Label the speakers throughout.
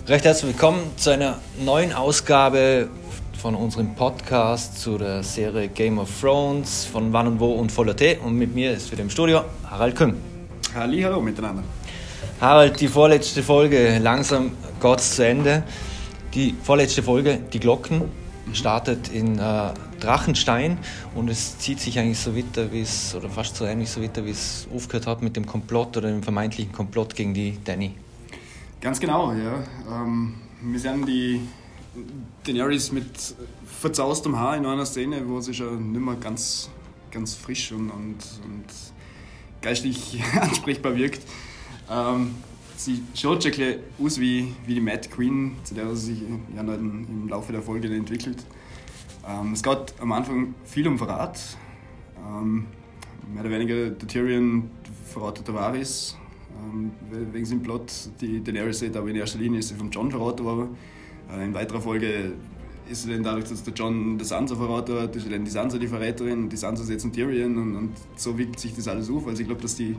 Speaker 1: Recht herzlich willkommen zu einer neuen Ausgabe von unserem Podcast zu der Serie Game of Thrones von Wann und Wo und Voller Tee. Und mit mir ist wieder im Studio Harald Küng.
Speaker 2: Hallo miteinander.
Speaker 1: Harald, die vorletzte Folge, langsam geht's zu Ende. Die vorletzte Folge, die Glocken, startet in Drachenstein und es zieht sich eigentlich so weiter, oder fast so ähnlich so weiter, wie es aufgehört hat mit dem Komplott oder dem vermeintlichen Komplott gegen die Dany.
Speaker 2: Ganz genau, ja. Wir sehen die Daenerys mit verzaustem Haar in einer Szene, wo sie schon nicht mehr ganz frisch und geistig ansprechbar wirkt. Sie schaut schon ein bisschen aus wie die Mad Queen, zu der sie sich ja im Laufe der Folge entwickelt. Es geht am Anfang viel um Verrat. Mehr oder weniger der Tyrion verratet der Varys. Wegen seinem Plot, die Daenerys sagt, aber in erster Linie ist sie vom Jon verraten worden. In weiterer Folge ist sie dann dadurch, dass der Jon der Sansa verraten hat, ist dann die Sansa die Verräterin, die Sansa ist jetzt ein Tyrion und so wiegt sich das alles auf. Also ich glaube, dass die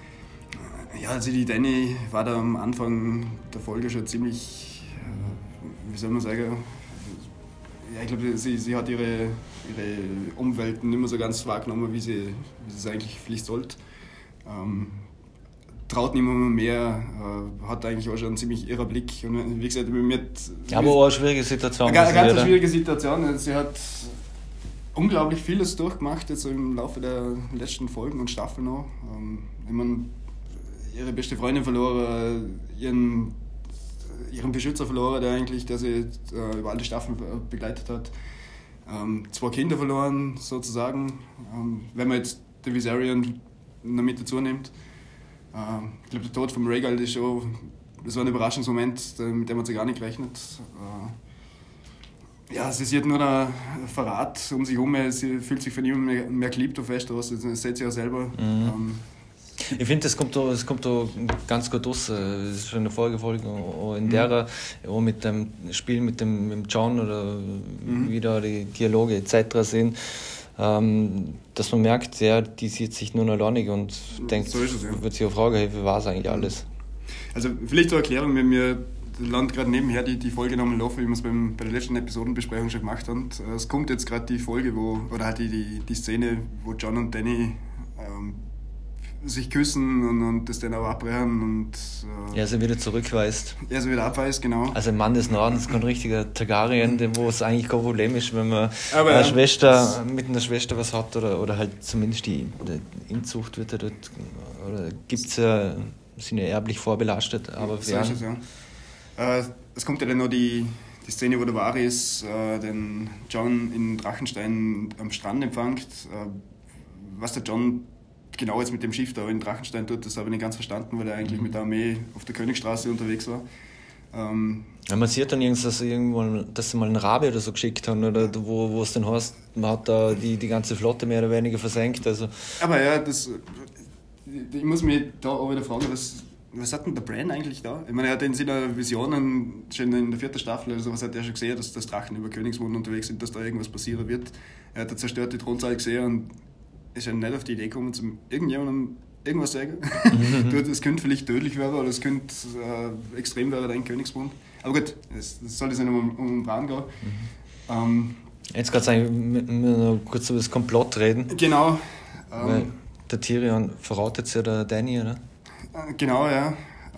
Speaker 2: Dany war da am Anfang der Folge schon ziemlich, wie soll man sagen, ja, ich glaube, sie hat ihre Umwelt nicht mehr so ganz wahrgenommen, wie sie es eigentlich vielleicht sollte. Traut niemand mehr, hat eigentlich auch schon einen ziemlich irrer Blick. Und wie gesagt,
Speaker 1: aber auch eine schwierige Situation.
Speaker 2: Eine ganz schwierige Situation. Sie hat unglaublich vieles durchgemacht jetzt im Laufe der letzten Folgen und Staffeln noch. Ich meine, ihre beste Freundin verloren, ihren Beschützer verloren, der sie über alle Staffeln begleitet hat. 2 Kinder verloren, sozusagen. Wenn man jetzt den Viserion noch mit dazu nimmt. Ich glaube, der Tod von Rhaegal das war ein Überraschungsmoment, mit dem man sich gar nicht gerechnet. Sie sieht nur einen Verrat um sich herum, sie fühlt sich von niemandem mehr geliebt auf Westeros, das sieht sie ja selber.
Speaker 1: Ich finde, das kommt da ganz gut raus. Das ist schon eine Folge auch in der, auch mit dem Spiel mit dem Jon oder wie da die Dialoge etc. sind. Dass man merkt, ja, die sieht sich nur noch alleinig und denkt, so wird sich auch fragen, hey, wie war es eigentlich alles?
Speaker 2: Also vielleicht zur Erklärung, wenn wir landen gerade nebenher die Folge nochmal laufen, wie wir es bei der letzten Episodenbesprechung schon gemacht haben. Es kommt jetzt gerade die Folge, die Szene, wo Jon und Dany sich küssen und das dann auch abbrechen und
Speaker 1: er sie wieder zurückweist.
Speaker 2: Er sie wieder abweist, genau.
Speaker 1: Also ein Mann des Nordens, kein richtiger Targaryen, wo es eigentlich kein Problem ist, wenn man mit einer Schwester was hat oder halt zumindest die Inzucht wird ja dort, oder gibt's ja, sind ja erblich vorbelastet, aber
Speaker 2: so ist es, ja. Es kommt ja dann noch die Szene, wo der Varys den Jon in Drachenstein am Strand empfängt. Was der Jon genau jetzt mit dem Schiff da in Drachenstein tut, das habe ich nicht ganz verstanden, weil er eigentlich mit der Armee auf der Königsstraße unterwegs war.
Speaker 1: Ja, man sieht dann irgendwann, dass sie mal einen Rabe oder so geschickt haben, oder wo es dann heißt, man hat da die ganze Flotte mehr oder weniger versenkt. Also.
Speaker 2: Aber ja, ich muss mich da auch wieder fragen, was hat denn der Bran eigentlich da? Ich meine, er hat in seinen Visionen schon in der 4. Staffel oder sowas hat er schon gesehen, dass Drachen über Königsmund unterwegs sind, dass da irgendwas passieren wird. Er hat eine zerstörte Thronsaal gesehen und ist ja nicht auf die Idee gekommen, zum irgendjemandem irgendwas sagen. Es könnte vielleicht tödlich werden oder es könnte extrem werden, dein Königsmund. Aber gut, es soll jetzt nicht um Bran gehen.
Speaker 1: Jetzt kannst du eigentlich noch kurz über das Komplott reden.
Speaker 2: Genau.
Speaker 1: Weil der Tyrion verratet ja der Dany, oder?
Speaker 2: Genau, ja.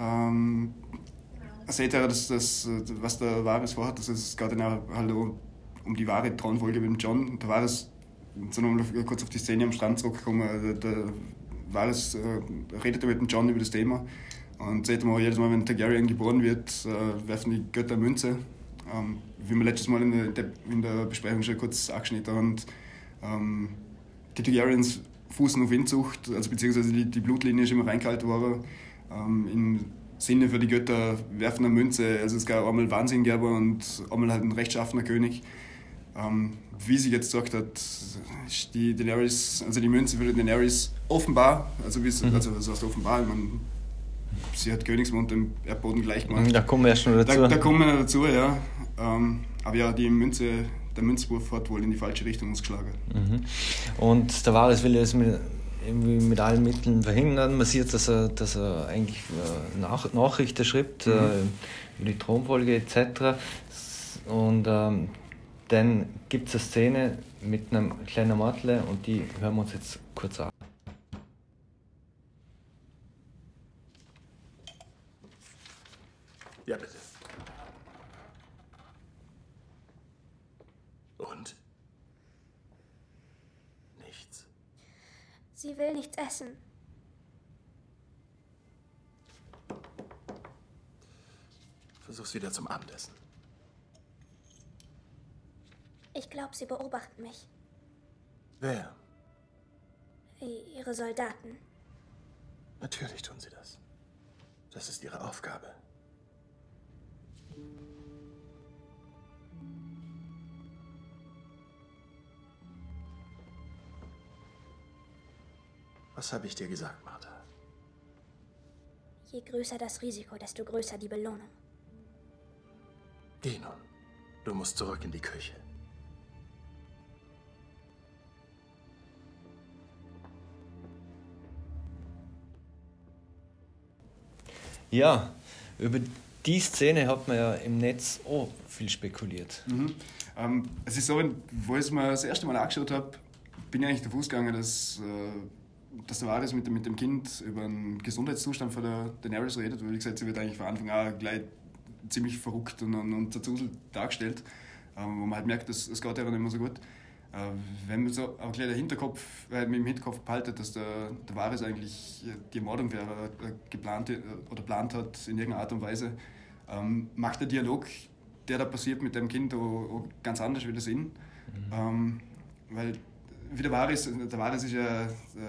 Speaker 2: Seht ihr, was der Varys vorhat, es geht dann auch halt um die wahre Thronfolge mit dem Jon. Der Varys, so noch kurz auf die Szene am Strand zurückkommen, der Varys redet mit dem Jon über das Thema und sagt mal, jedes Mal, wenn Targaryen geboren wird, werfen die Götter Münze. Wie wir letztes Mal in der Besprechung schon kurz angeschnitten haben, die Targaryens fußen auf Inzucht, also beziehungsweise die Blutlinie ist immer reingehalten worden. Im Sinne für die Götter werfen eine Münze, also es gab einmal Wahnsinn geben und einmal halt ein rechtschaffener König. Wie sie jetzt gesagt hat, ist die Daenerys, also die Münze für die Daenerys offenbar, also was heißt offenbar, ich meine, sie hat Königsmund dem Erdboden gleich gemacht.
Speaker 1: Da kommen wir erst noch dazu.
Speaker 2: Da kommen wir noch dazu, ja. Aber ja, der Münzwurf hat wohl in die falsche Richtung uns geschlagen.
Speaker 1: Und der Varys will jetzt mit irgendwie mit allen Mitteln verhindern. Man sieht, dass er eigentlich Nachrichten schreibt über die Thronfolge etc. Und dann gibt es eine Szene mit einem kleinen Mädchen und die hören wir uns jetzt kurz an.
Speaker 3: Ja, bitte. Und? Nichts.
Speaker 4: Sie will nichts essen.
Speaker 3: Versuch's wieder zum Abendessen.
Speaker 4: Ich glaube, sie beobachten mich.
Speaker 3: Wer?
Speaker 4: Ihre Soldaten.
Speaker 3: Natürlich tun sie das. Das ist ihre Aufgabe. Was habe ich dir gesagt, Martha?
Speaker 4: Je größer das Risiko, desto größer die Belohnung.
Speaker 3: Geh nun. Du musst zurück in die Küche.
Speaker 1: Ja, über die Szene hat man ja im Netz auch viel spekuliert.
Speaker 2: Es ist so, wo ich es mir das erste Mal angeschaut habe, bin ich eigentlich davon ausgegangen, dass der Varys mit dem Kind über den Gesundheitszustand von der Daenerys redet, weil wie gesagt, sie wird eigentlich von Anfang an gleich ziemlich verrückt und zerzuselt dargestellt, wo man halt merkt, dass es geht ihr nicht mehr so gut. Wenn man so auch gleich mit dem Hinterkopf behaltet, dass der Varys eigentlich die Ermordung geplant hat in irgendeiner Art und Weise, macht der Dialog, der da passiert mit dem Kind, auch ganz anders wie der Sinn. Weil wie der Varys ist ja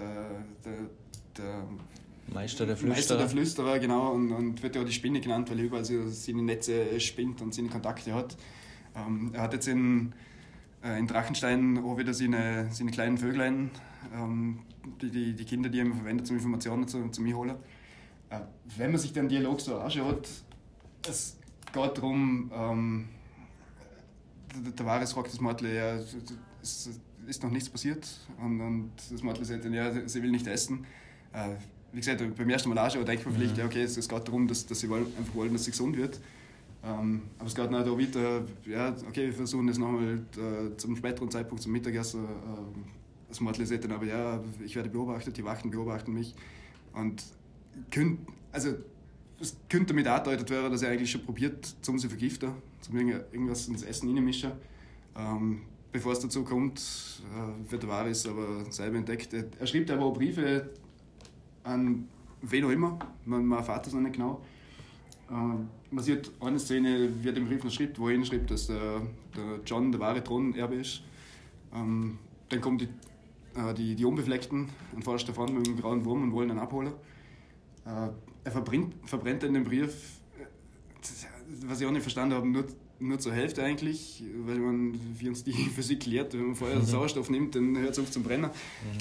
Speaker 2: der
Speaker 1: Meister der
Speaker 2: Flüsterer, genau, und wird ja auch die Spinne genannt, weil er überall seine Netze spinnt und seine Kontakte hat. Er hat jetzt in Drachenstein auch wieder seine kleinen Vöglein, die Kinder, die er immer verwendet, um Informationen zu mir holen. Wenn man sich den Dialog so anschaut, es geht darum, der Varys fragt das Mädchen, ja, es ist noch nichts passiert, und das Mädchen sagt dann, ja, sie will nicht essen. Wie gesagt, beim ersten Mal anschauen, denkt man vielleicht, ja, okay, es geht darum, dass sie einfach wollen, dass sie gesund wird. Aber es geht dann auch weiter, ja, okay, wir versuchen das nochmal zum späteren Zeitpunkt, zum Mittagessen. Das Mädchen sagt dann aber, ja, ich werde beobachtet, die Wachen beobachten mich. Und es könnte damit angedeutet werden, dass er eigentlich schon probiert, um sie vergiften, um irgendwas ins Essen reinmischen. Bevor es dazu kommt, wird der Varys aber selber entdeckt. Er schreibt aber auch Briefe an wen auch immer, man erfährt das noch nicht genau. Man sieht eine Szene, wie er den Brief noch schreibt, wo er hinschreibt, dass der Jon der wahre Thronerbe ist. Dann kommen die Unbefleckten an vorderster Front mit dem grauen Wurm und wollen ihn abholen. Er verbrennt dann den Brief, was ich auch nicht verstanden habe, nur zur Hälfte eigentlich, weil wie uns die Physik lehrt, wenn man vorher Sauerstoff nimmt, dann hört es auf zum Brennen.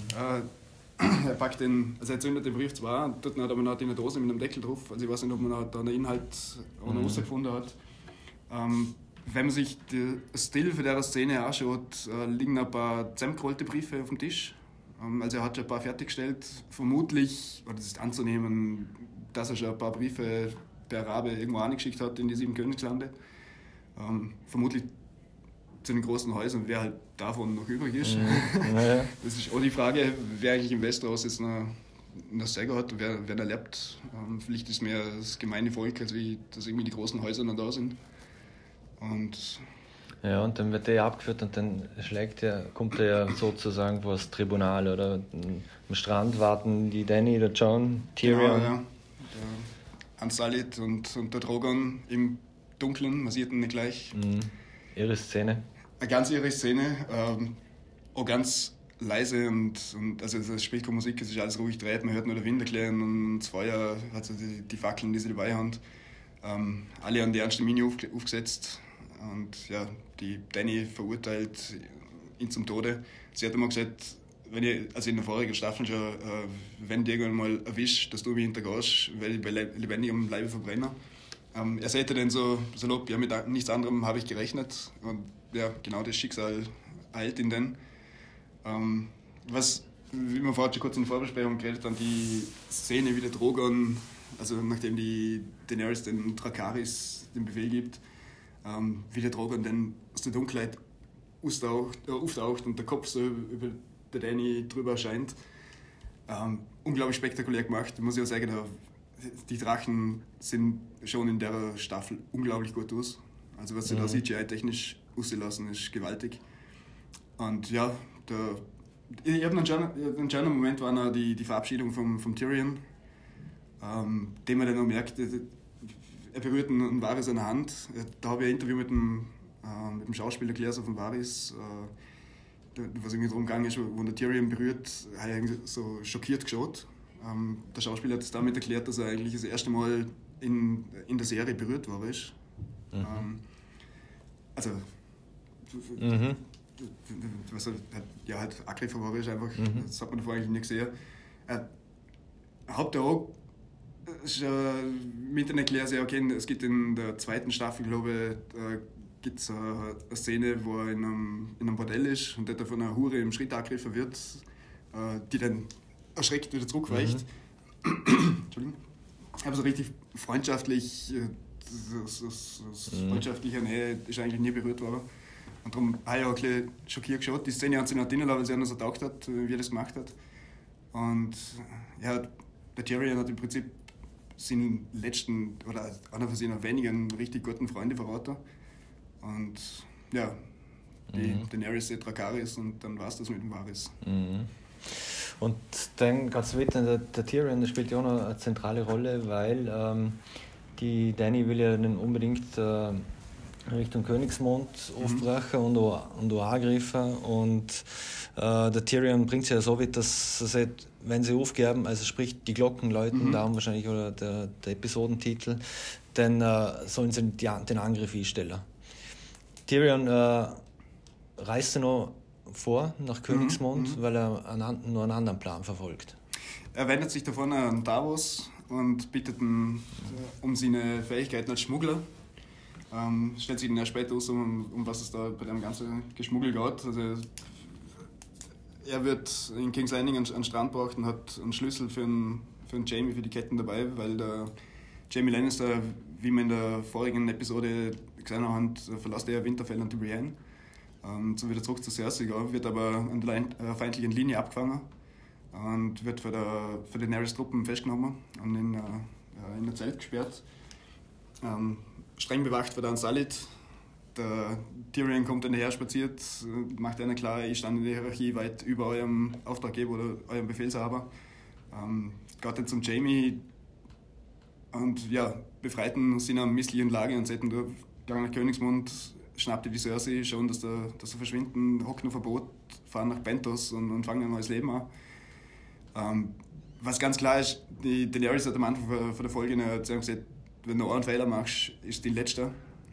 Speaker 2: Er packt er zündet den Brief zwar, dort hat aber noch eine Dose mit einem Deckel drauf, also ich weiß nicht, ob man da den Inhalt auch noch rausgefunden hat. Wenn man sich den Stil für diese Szene anschaut, liegen ein paar zusammengerollte Briefe auf dem Tisch. Also er hat schon ein paar fertiggestellt, vermutlich, oder das ist anzunehmen, dass er schon ein paar Briefe der Arabe irgendwo angeschickt hat in die 7 Königslande. Vermutlich zu den großen Häusern, wer halt davon noch übrig ist. Ja. Das ist auch die Frage, wer eigentlich im Westeros jetzt noch Säger hat, wer da lebt. Vielleicht ist mehr das gemeine Volk, als wie dass irgendwie die großen Häuser noch da sind. Und
Speaker 1: dann wird der abgeführt und dann kommt er ja sozusagen vor das Tribunal, oder am Strand warten die Dany, der Jon, Tyrion.
Speaker 2: Genau, ja. Der Unsullied und der Drogon im Dunkeln, man sieht ihn nicht gleich.
Speaker 1: Ihre Szene.
Speaker 2: Eine ganz irre Szene, auch ganz leise und also es spielt keine Musik, es ist alles ruhig dreht, man hört nur den Wind erklären und das Feuer, also die Fackeln, die sie dabei haben. Alle an die ernste Miene aufgesetzt und ja, die Dany verurteilt ihn zum Tode. Sie hat immer gesagt, also in der vorigen Staffel schon, wenn du irgendwann mal erwischst, dass du mich hintergehst, werde ich lebendig am Leibe verbrennen. Er sagte dann so salopp, ja, mit nichts anderem habe ich gerechnet. Und ja, genau das Schicksal eilt ihn dann. Was wie wir vorhin schon kurz in der Vorbesprechung geredet haben, die Szene, wie der Drogon, also nachdem die Daenerys den Dracarys den Befehl gibt, wie der Drogon dann aus der Dunkelheit auftaucht und der Kopf so über der Dany drüber erscheint. Unglaublich spektakulär gemacht, muss ich auch sagen. Die Drachen sind schon in der Staffel unglaublich gut aus. Also was sie da CGI-technisch auslassen, ist gewaltig. Und ja, ich habe einen schönen Moment, war noch die Verabschiedung vom Tyrion, den man dann noch merkt, er berührt einen Varys an der Hand. Da habe ich ein Interview mit dem Schauspieler Claire von Varys, was irgendwie darum gegangen ist, wo der Tyrion berührt, habe ich so schockiert geschaut. Der Schauspieler hat es damit erklärt, dass er eigentlich das erste Mal in der Serie berührt war. Weißt? Was halt angegriffen war, ist einfach, das hat man davor eigentlich nicht gesehen. Habt ihr auch mit den Erklärungen, okay, es gibt in der zweiten Staffel, glaube ich, gibt es eine Szene, wo er in einem Bordell ist und der von einer Hure im Schritt angegriffen wird, die dann erschreckt wieder zurückweicht. Entschuldigung. Aber so richtig freundschaftlich, freundschaftliche Nähe ist eigentlich nie berührt worden. Und darum habe ich auch ein bisschen schockiert geschaut. Die Szene hat sich noch drinnen, weil sie anders getaugt hat, wie er das gemacht hat. Und ja, der Tyrion hat im Prinzip seinen letzten, oder einer von seinen wenigen richtig guten Freunde verraten. Und ja, die Daenerys, die Dracarys und dann war es das mit dem Varys.
Speaker 1: Und dann ganz weiter, der Tyrion, der spielt ja auch noch eine zentrale Rolle, weil die Dany will ja dann unbedingt Richtung Königsmond aufbrechen und auch angreifen. Und der Tyrion bringt sie ja so weit, dass wenn sie aufgeben, also sprich die Glocken läuten, darum wahrscheinlich oder der Episodentitel, dann sollen sie den Angriff einstellen. Tyrion reist noch vor nach Königsmond, weil er nur einen anderen Plan verfolgt.
Speaker 2: Er wendet sich davon an Davos und bittet ihn um seine Fähigkeiten als Schmuggler. Stellt sich dann erst später aus, um was es da bei dem ganzen Geschmuggel geht. Also, er wird in King's Landing einen Strand braucht und hat einen Schlüssel für einen Jaime, für die Ketten dabei, weil der Jaime Lannister, wie wir in der vorigen Episode gesehen haben, verlässt er Winterfell und die Brienne. So wieder zurück zu Cersei, wird aber an der feindlichen Linie abgefangen und wird für die Daenerys-Truppen festgenommen und in ein Zelt gesperrt. Streng bewacht wird Unsullied. Der Tyrion kommt dann her spaziert, macht einer klar, ich stand in der Hierarchie weit über eurem Auftraggeber oder eurem Befehlshaber. Geht dann zum Jaime und ja, befreit ihn aus seiner misslichen Lage und sagt ihn nach Königsmund, schnappte die Cersei, schon, dass er verschwinden, hockt noch Verbot, fahren nach Pentos und fangen ein neues Leben an. Was ganz klar ist, die Daenerys hat am Anfang von der Folge gesagt, wenn du einen Fehler machst, ist die letzte.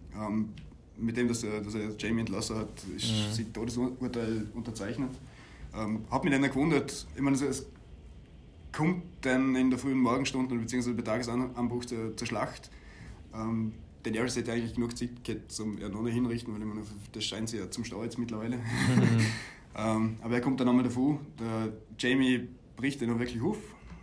Speaker 2: Mit dem, dass er Jaime entlassen hat, ist sein Todesurteil unterzeichnet. Hat mich dann gewundert, ich meine, es kommt dann in der frühen Morgenstunden bzw. bei Tagesanbruch zur Schlacht. Daenerys hätte eigentlich genug Zeit gehabt, um ihn noch hinrichten, weil ich meine, das scheint sie ja zum Stau jetzt mittlerweile. Aber er kommt dann nochmal davon. Der Jaime bricht dann auch wirklich auf.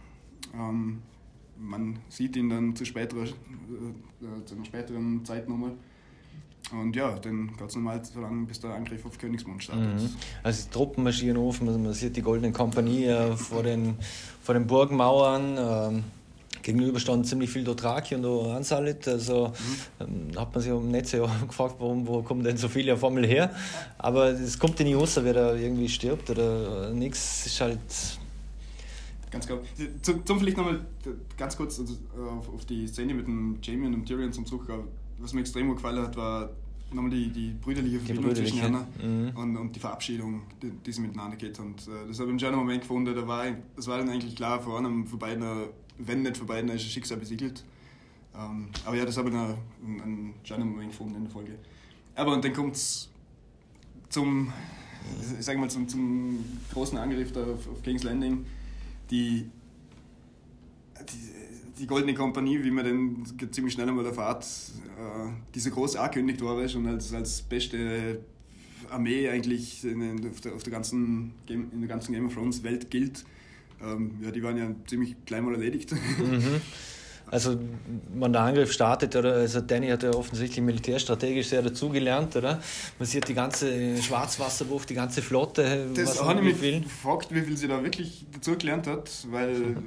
Speaker 2: Man sieht ihn dann zu einer späteren Zeit nochmal. Und ja, dann geht es nochmal so lange, bis der Angriff auf Königsmund startet.
Speaker 1: Also die Truppen marschieren auf, man sieht die Goldene Kompanie vor den Burgmauern. Gegenüber standen ziemlich viel Dothraki und Unsullied. Also hat man sich im Netz ja gefragt, wo kommen denn so viele auf einmal her. Aber es kommt ja nicht raus, wer da irgendwie stirbt oder nichts. Ist halt...
Speaker 2: Ganz klar. Zum vielleicht nochmal ganz kurz auf die Szene mit dem Jaime und dem Tyrion zum Zug. Was mir extrem gut gefallen hat, war nochmal die brüderliche Verbindung zwischen ihnen und die Verabschiedung, die sie miteinander geht. Und das habe ich einen schönen Moment gefunden. Das war dann eigentlich klar, von beiden, wenn nicht von beiden, ist das Schicksal besiegelt. Aber ja, das habe ich einen schönen Moment gefunden in der Folge. Aber und dann kommt es zum großen Angriff da auf King's Landing. Die Goldene Kompanie, wie man dann ziemlich schnell einmal erfahrt, die so groß angekündigt war und als beste Armee eigentlich in der ganzen Game of Thrones Welt gilt. Die waren ja ziemlich gleich mal erledigt.
Speaker 1: Also, wenn der Angriff startet, oder? Also Danny hat ja offensichtlich militärstrategisch sehr dazugelernt, oder? Man sieht die ganze Schwarzwasserwurf, die ganze Flotte.
Speaker 2: Das habe ich mich gefragt, wie viel sie da wirklich dazugelernt hat, weil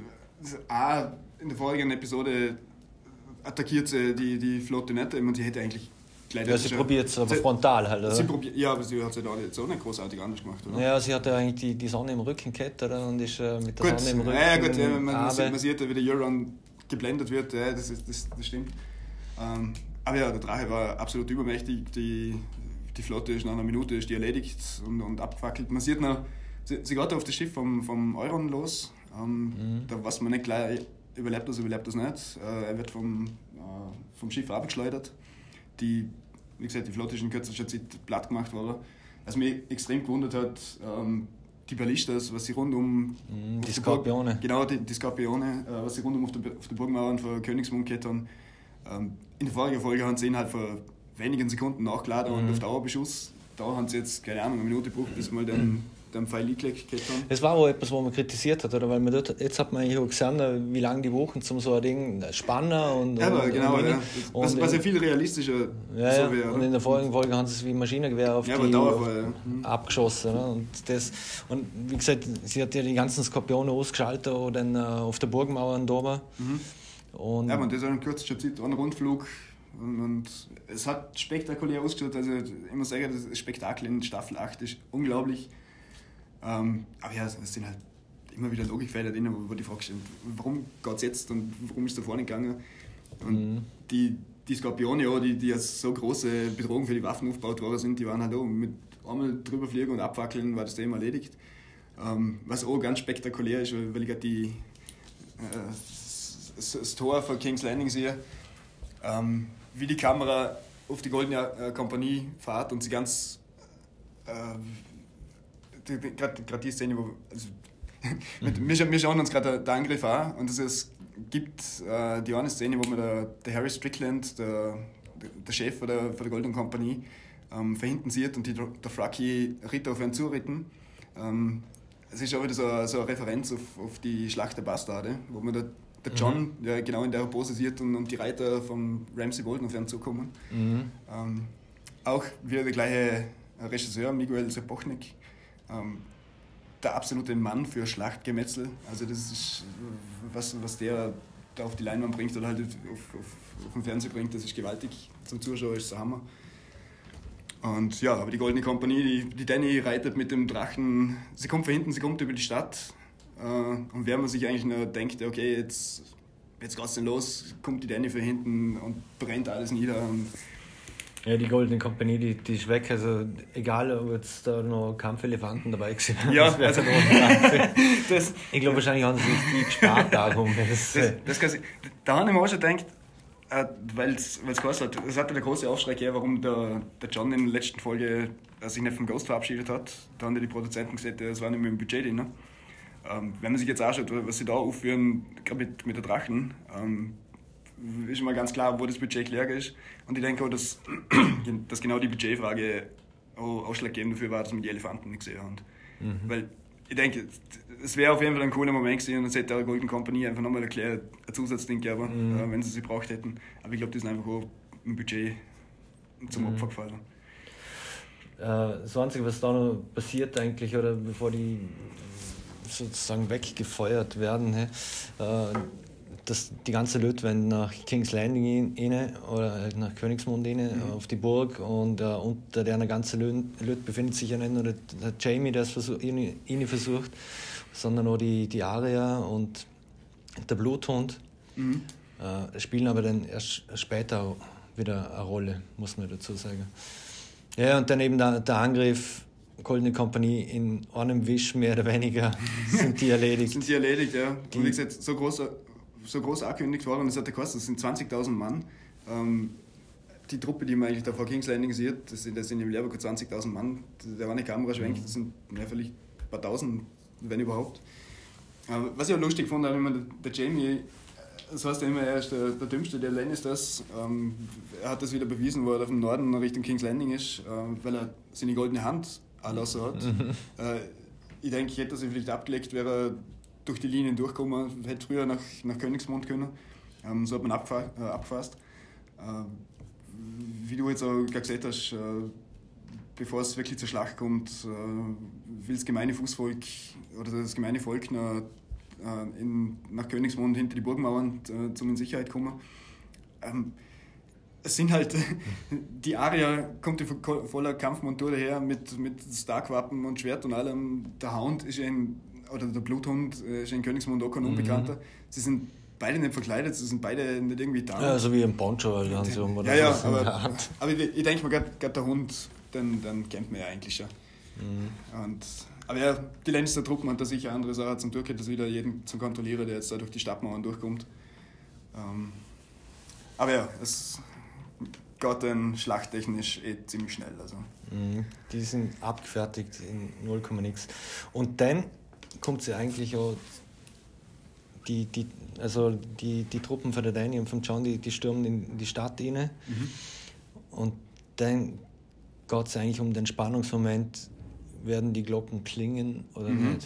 Speaker 2: in der vorigen Episode attackiert sie die Flotte nicht, und sie hätte eigentlich gleich...
Speaker 1: Ja, sie probiert es aber frontal halt, oder?
Speaker 2: Aber sie hat es ja da jetzt auch nicht großartig anders gemacht, oder?
Speaker 1: Ja, sie hat ja eigentlich die Sonne im Rücken gehabt, oder? Und ist mit der Sonne im Rücken...
Speaker 2: Ja, gut, man sieht ja, wie der Euron geblendet wird, ja, das stimmt. Aber ja, der Drache war absolut übermächtig, die Flotte ist nach einer Minute erledigt und abgefackelt. Man sieht noch, sie geht auf das Schiff vom Euron los, da weiß man nicht gleich, überlebt das nicht. Er wird vom Schiff abgeschleudert. Wie gesagt, die Flotte ist in kürzester Zeit platt gemacht worden. Was mich extrem gewundert hat, die Ballistas, was sie rund um...
Speaker 1: Die Skorpione.
Speaker 2: Genau, die Skorpione, was sie rund auf der Burgmauern von Königsmund gehabt haben. In der vorigen Folge haben sie ihn halt vor wenigen Sekunden nachgeladen und auf Dauerbeschuss. Da haben sie jetzt, keine Ahnung, eine Minute gebraucht, bis mal den Pfeil eingelegt haben.
Speaker 1: Das war auch etwas, was man kritisiert hat, oder? Weil man dort, jetzt hat man eigentlich auch gesehen, wie lange die Wochen zum so ein Ding spannen
Speaker 2: was ja viel realistischer
Speaker 1: so wäre. Und in der vorigen Folge haben sie es wie Maschinengewehr auf abgeschossen. Ne? Und wie gesagt, sie hat ja die ganzen Skorpione ausgeschaltet und dann auf der Burgmauer oben. Und
Speaker 2: ja, man, das ist in kürzester Zeit ein Rundflug. Und es hat spektakulär ausgeschaut. Also ich muss sagen, das Spektakel in Staffel 8 ist unglaublich. Aber ja, es sind halt immer wieder Logikfelder drin, wo die Frage stellt, warum geht es jetzt und warum ist es da vorne gegangen? Und die Skorpione, ja, die als so große Bedrohung für die Waffen aufgebaut worden sind, die waren halt auch mit einmal drüber fliegen und abwackeln, war das Thema erledigt. Was auch ganz spektakulär ist, weil ich gerade das Tor von King's Landing sehe, wie die Kamera auf die Goldene Kompanie fährt und sie ganz... Gerade die Szene, wo... Also, wir schauen uns gerade den Angriff an und es gibt die eine Szene, wo man der Harry Strickland, der Chef von der Goldenen Kompanie, von hinten sieht und der Fraki Ritter auf ihn zuritten. Es ist auch wieder so eine Referenz auf die Schlacht der Bastarde, wo man der John ja genau in der Pose sieht und die Reiter von Ramsay Bolton auf ihn zukommen. Auch wieder der gleiche Regisseur, Miguel Sapochnik, der absolute Mann für Schlachtgemetzel. Also das ist, was der da auf die Leinwand bringt oder halt auf den Fernseher bringt, das ist gewaltig. Zum Zuschauer ist es ein Hammer. Und ja, aber die Goldene Kompanie, die Danny reitet mit dem Drachen, sie kommt von hinten, sie kommt über die Stadt. Und während man sich eigentlich nur denkt, okay, jetzt geht's denn los, kommt die Danny von hinten und brennt alles nieder. Und
Speaker 1: ja, die Goldene Kompanie, die ist weg. Also egal, ob jetzt da noch Kampfelefanten dabei sind.
Speaker 2: Ja, also
Speaker 1: ich glaube, wahrscheinlich haben sie sich die gespart darum.
Speaker 2: Da habe ich mir auch schon gedacht, weil es hat der große Aufschrei gegeben, warum der John in der letzten Folge sich nicht vom Ghost verabschiedet hat. Da haben die Produzenten gesagt, das war nicht mehr im Budget drin. Wenn man sich jetzt anschaut, was sie da aufführen, gerade mit der Drachen, ist immer ganz klar, wo das Budget leer ist. Und ich denke auch, dass genau die Budgetfrage auch ausschlaggebend dafür war, dass wir die Elefanten nicht gesehen haben. Weil ich denke, es wäre auf jeden Fall ein cooler Moment gewesen und es hätte der Golden Company einfach nochmal erklärt, ein Zusatzding gegeben, wenn sie sie braucht hätten. Aber ich glaube, das ist einfach auch im Budget zum Opfer gefallen.
Speaker 1: Das Einzige, was da noch passiert eigentlich, oder bevor die sozusagen weggefeuert werden, dass die ganze Leute wenn nach King's Landing rein, oder nach Königsmund rein, auf die Burg und unter der ganze Leute befindet sich ja nicht nur der Jamie, der es versucht, sondern auch die Arya und der Bluthund spielen aber dann erst später wieder eine Rolle, muss man dazu sagen. Ja, und dann eben der Angriff Goldene Kompanie in einem Wisch mehr oder weniger sind die erledigt.
Speaker 2: Ja. Und wie gesagt, so groß angekündigt worden, das hat der gekostet, das sind 20.000 Mann. Die Truppe, die man eigentlich da vor King's Landing sieht, das sind im Lehrbuch 20.000 Mann. Der eine Kamera schwenkt, das sind vielleicht ein paar Tausend, wenn überhaupt. Was ich auch lustig fand, wenn man der Jamie das heißt ja immer, er ist der Dümmste der Lannisters. Er hat das wieder bewiesen, wo er auf dem Norden Richtung King's Landing ist, weil er seine goldene Hand anlassen hat. Ich denke, hätte er sich vielleicht abgelegt, wäre er durch die Linien durchgekommen, hätte früher nach Königsmund können. So hat man abgefasst. Wie du jetzt auch gesagt hast, bevor es wirklich zur Schlacht kommt, will das gemeine Fußvolk oder das gemeine Volk nach Königsmund hinter die Burgmauern zum in Sicherheit kommen. Es sind halt, die Aria kommt voller Kampfmontur daher mit Stark-Wappen und Schwert und allem. Der Hound ist oder der Bluthund ist in Königsmund auch kein Unbekannter. Sie sind beide nicht verkleidet, sie sind beide nicht irgendwie da.
Speaker 1: Ja, so wie ein Poncho. Oder
Speaker 2: ja, aber ich denke mal, gerade der Hund, dann kennt man ja eigentlich schon. Aber ja, die Lannister Truppen hat da sicher andere Sachen zum Tun, das wieder jeden zum Kontrollieren, der jetzt da durch die Stadtmauern durchkommt. Aber ja, es geht dann schlachttechnisch ziemlich schnell. Also.
Speaker 1: Die sind abgefertigt in 0, nix. Und dann kommt sie eigentlich auch, die Truppen von der Dany und von Jon, die stürmen in die Stadt rein. Und dann geht es eigentlich um den Spannungsmoment, werden die Glocken klingen oder nicht?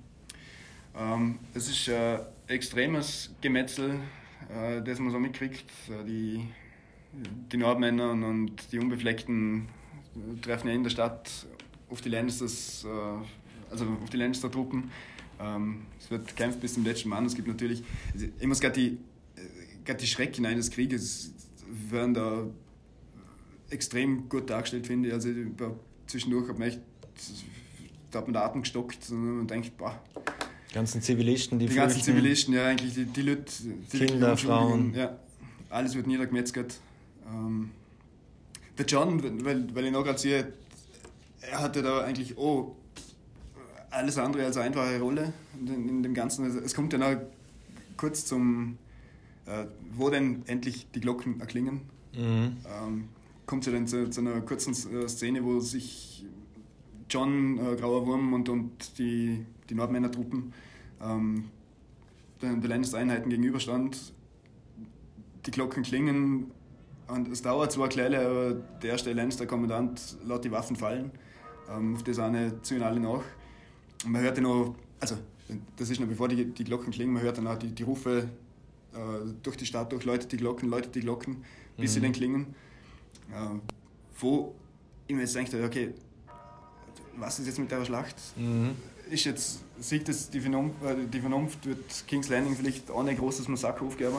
Speaker 2: Es ist ein extremes Gemetzel, das man so mitkriegt. Die Nordmänner und die Unbefleckten treffen ja in der Stadt auf die Lannisters, also auf die Lannister-Truppen. Es wird gekämpft bis zum letzten Mann. Es gibt natürlich, ich muss gerade die Schrecken eines Krieges werden da extrem gut dargestellt, finde ich. Also zwischendurch hat man echt, da hat man den Atem gestockt und man denkt, boah.
Speaker 1: Die ganzen Zivilisten,
Speaker 2: die ganzen Zivilisten, ja, eigentlich die Leute,
Speaker 1: Kinder, Frauen.
Speaker 2: Ja, alles wird niedergemetzelt. Der Jon, weil ich noch gerade sehe, er hatte da eigentlich alles andere als eine einfache Rolle in dem Ganzen. Also, es kommt dann auch kurz zum, wo denn endlich die Glocken erklingen. Kommt es dann zu einer kurzen Szene, wo sich Jon, Grauer Wurm und die Nordmänner-Truppen der Lannister-Einheiten gegenüberstand. Die Glocken klingen und es dauert zwar kleine, aber der erste Lannister-Kommandant lässt die Waffen fallen. Auf das eine ziehen alle nach. Und man hört ja noch, also das ist noch bevor die Glocken klingen, man hört dann auch die Rufe durch die Stadt durch, läutet die Glocken, bis sie dann klingen. Wo ich mir jetzt denke, okay, was ist jetzt mit der Schlacht? Sieht das die Vernunft, wird King's Landing vielleicht auch ein großes Massaker aufgeben?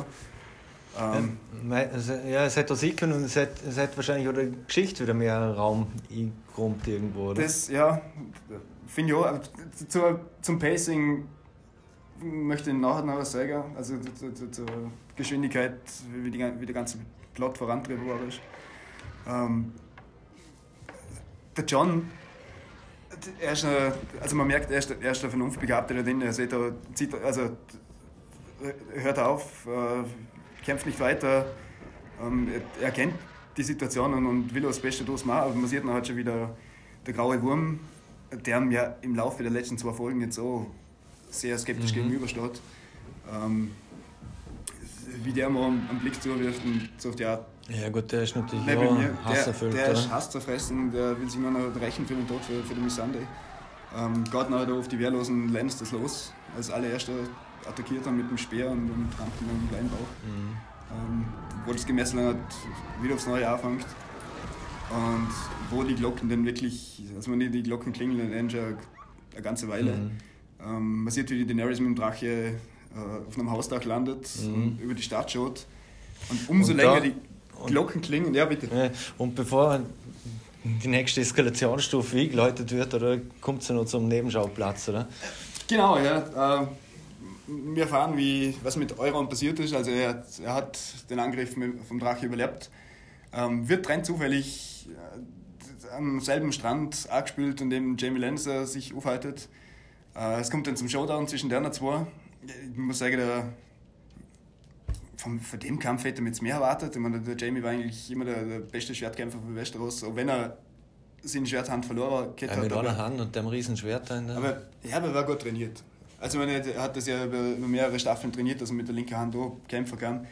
Speaker 1: Es hätte sein können und es hätte wahrscheinlich auch der Geschichte wieder mehr Raum eingeräumt irgendwo, oder?
Speaker 2: Das, ja, finde ich auch. Zum Pacing möchte ich nachher noch was sagen, also zur Geschwindigkeit, wie der ganze Plot vorantrieben worden ist. Der Jon, man merkt, er ist der Vernunftbegabte da drin. Hört auf, kämpft nicht weiter. Er kennt die Situation und will auch das Beste daraus machen. Aber man sieht dann halt schon wieder der graue Wurm, der ihm ja im Laufe der letzten 2 Folgen jetzt auch sehr skeptisch gegenübersteht. Wie der mal einen Blick zuwirft und so auf die Art.
Speaker 1: Ja gut, der ist natürlich auch hasserfüllt.
Speaker 2: Der ist hasszerfressen, der will sich immer noch rächen für den Tod für den Missandei. Geht nachher da auf die wehrlosen Lannisters los. Als allererster attackiert er mit dem Speer und rammt ihn mit dem kleinen Bauch. Wo das Gemessel halt wieder aufs Neue anfängt. Und wo die Glocken dann wirklich, also wenn die Glocken klingeln, dann schon eine ganze Weile. Man sieht, wie die Daenerys mit dem Drache auf einem Hausdach landet und über die Stadt schaut. Und umso länger die Glocken klingen, ja bitte.
Speaker 1: Und bevor die nächste Eskalationsstufe eingeläutet wird, oder kommt es ja noch zum Nebenschauplatz, oder?
Speaker 2: Genau, ja. Wir erfahren, was mit Euron passiert ist. Also er hat den Angriff vom Drache überlebt. Wird rein zufällig am selben Strand angespült, an dem Jaime Lannister sich aufhaltet. Es kommt dann zum Showdown zwischen der zwei. Ich muss sagen, von dem Kampf hätte man jetzt mehr erwartet. Ich meine, der Jaime war eigentlich immer der beste Schwertkämpfer von Westeros, auch wenn er seine Schwerthand verloren hat.
Speaker 1: Mit einer Hand und dem riesen Schwert da.
Speaker 2: Aber er war gut trainiert. Also er hat das ja über mehrere Staffeln trainiert, dass er mit der linken Hand auch kämpfen kann.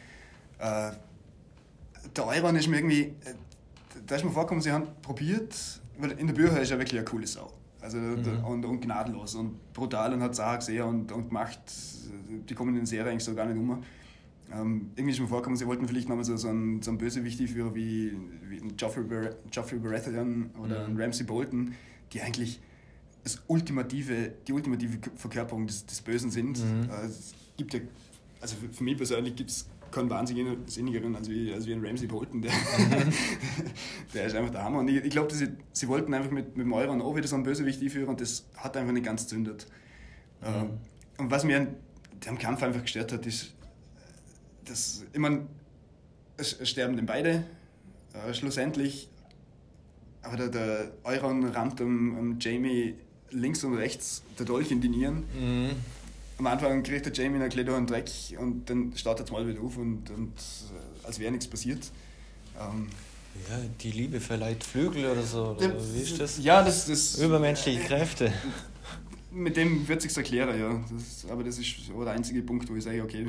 Speaker 2: Der Euron ist mir irgendwie, da ist mir vorgekommen, sie haben probiert, weil in der Bücher ist er wirklich eine coole Sau. Also, und gnadenlos und brutal und hat es auch gesehen und gemacht. Die kommen in der Serie eigentlich so gar nicht um. Irgendwie ist mir vorgekommen, sie wollten vielleicht nochmal so einen Bösewicht führen wie ein Joffrey Baratheon oder ein Ramsay Bolton, die eigentlich die ultimative Verkörperung des Bösen sind. Es gibt ja, also für mich persönlich gibt es keinen wahnsinnigeren als wie ein Ramsay Bolton, der ist einfach der Hammer. Und ich glaube, sie wollten einfach mit dem Euron auch wieder so einen Bösewicht führen und das hat einfach nicht ganz gezündet. Und was mir am Kampf einfach gestört hat, ist, dass, ich meine, es sterben denn beide, schlussendlich, aber der Euron rammt am Jaime links und rechts der Dolch in die Nieren. Am Anfang kriegt der Jaime einen kleinen Dreck und dann startet er mal wieder auf und als wäre nichts passiert.
Speaker 1: Ja, die Liebe verleiht Flügel oder so, oder wie ist das?
Speaker 2: Ja, das
Speaker 1: übermenschliche Kräfte.
Speaker 2: Mit dem wird es sich erklären, ja. Aber das ist der einzige Punkt, wo ich sage, okay,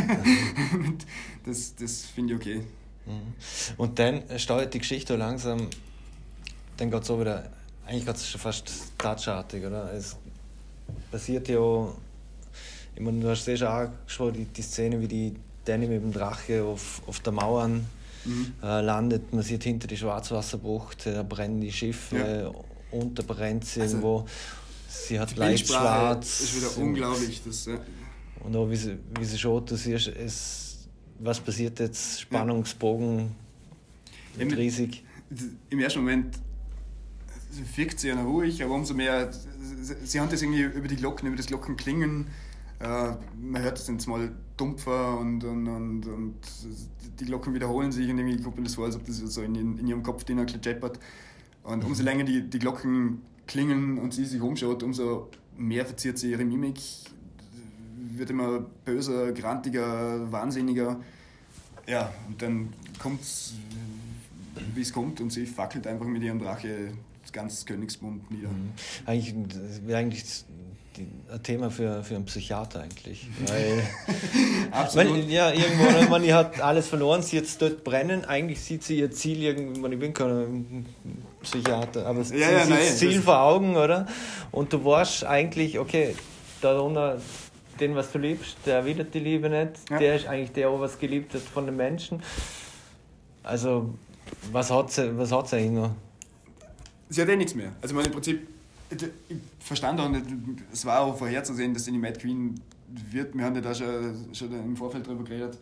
Speaker 2: das finde ich okay.
Speaker 1: Und dann steuert die Geschichte langsam, dann geht es so wieder, eigentlich geht es schon fast touchartig, oder? Es passiert ja, ich meine, du hast es schon angesprochen, die Szene, wie die Dany mit dem Drache auf der Mauer landet, man sieht hinter die Schwarzwasserbucht, da brennen die Schiffe, unter brennt sie irgendwo. Sie hat leicht schwarz.
Speaker 2: Ist wieder unglaublich.
Speaker 1: Und auch wie sie schaut, du siehst, was passiert jetzt, Spannungsbogen wird riesig.
Speaker 2: Im ersten Moment wirkt sie ja ruhig, aber umso mehr, sie haben das irgendwie über das Glockenklingen, man hört es jetzt mal dumpfer und die Glocken wiederholen sich und irgendwie kommt mir das vor, als ob das so in ihrem Kopf drin scheppert. Und umso länger die Glocken klingen und sie sich umschaut, umso mehr verzieht sie ihre Mimik, wird immer böser, grantiger, wahnsinniger. Ja, und dann kommt es, wie es kommt, und sie fackelt einfach mit ihrem Drache das ganze Königsmund nieder.
Speaker 1: Eigentlich wäre ein Thema für einen Psychiater eigentlich. Weil,
Speaker 2: absolut.
Speaker 1: Irgendwo, die hat alles verloren, sie jetzt dort brennen, eigentlich sieht sie ihr Ziel irgendwann, ich bin kein Psychiater, aber sie sieht das Ziel vor Augen, oder? Und du weißt eigentlich, okay, darunter, den, was du liebst, der erwidert die Liebe nicht, der ist eigentlich der, was geliebt hat von den Menschen. Also, was hat sie eigentlich noch?
Speaker 2: Sie hat nichts mehr. Also im Prinzip, ich verstand auch nicht, es war auch vorherzusehen, dass sie die Mad Queen wird. Wir haben ja da schon im Vorfeld darüber geredet.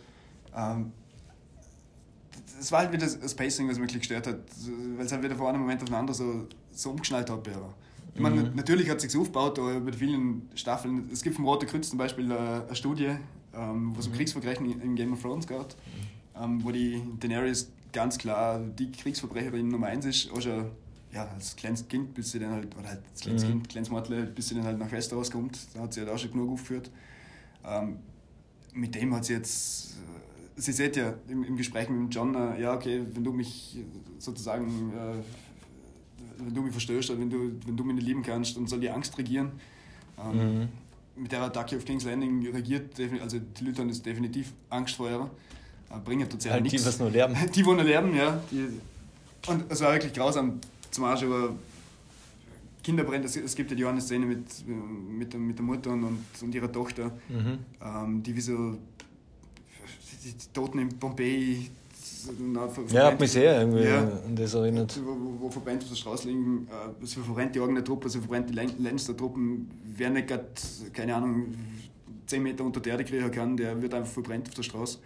Speaker 2: Es war halt wieder das Pacing, was mich wirklich gestört hat, weil es halt wieder von einem Moment auf den anderen so umgeschnallt hat. Ich meine, natürlich hat es sich aufgebaut über vielen Staffeln. Es gibt vom Roten Kreuz zum Beispiel eine Studie, wo es um Kriegsverbrechen in Game of Thrones geht, wo die Daenerys ganz klar die Kriegsverbrecherin Nummer 1 ist, auch schon als kleines Kind, bis sie dann halt, oder halt als kleines Kind, kleines Mädchen, bis sie dann halt nach Westeros kommt, da hat sie halt auch schon genug aufgeführt. Mit dem hat sie jetzt, sie sieht ja im Gespräch mit dem John, okay, wenn du mich sozusagen, wenn du mich verstößt oder wenn du mich nicht lieben kannst, dann soll die Angst regieren. Mit der Attacke auf King's Landing regiert, also die Leute haben jetzt definitiv Angst vor ihr, bringen total halt nichts.
Speaker 1: Die, was nur lernen.
Speaker 2: Die wollen nur lernen, ja. Und es war wirklich grausam, zum Beispiel über Kinder brennt. Es gibt ja die eine Szene mit der Mutter und ihrer Tochter, die wie so die Toten in Pompeji.
Speaker 1: Hat mich sehr irgendwie an das erinnert.
Speaker 2: Wo verbrennt auf der Straße liegen, sie verbrennt die eigene Truppe, sie verbrennt die Lannister-Truppen. Wer nicht gerade, keine Ahnung, 10 Meter unter der Erde kriegen kann, der wird einfach verbrennt auf der Straße.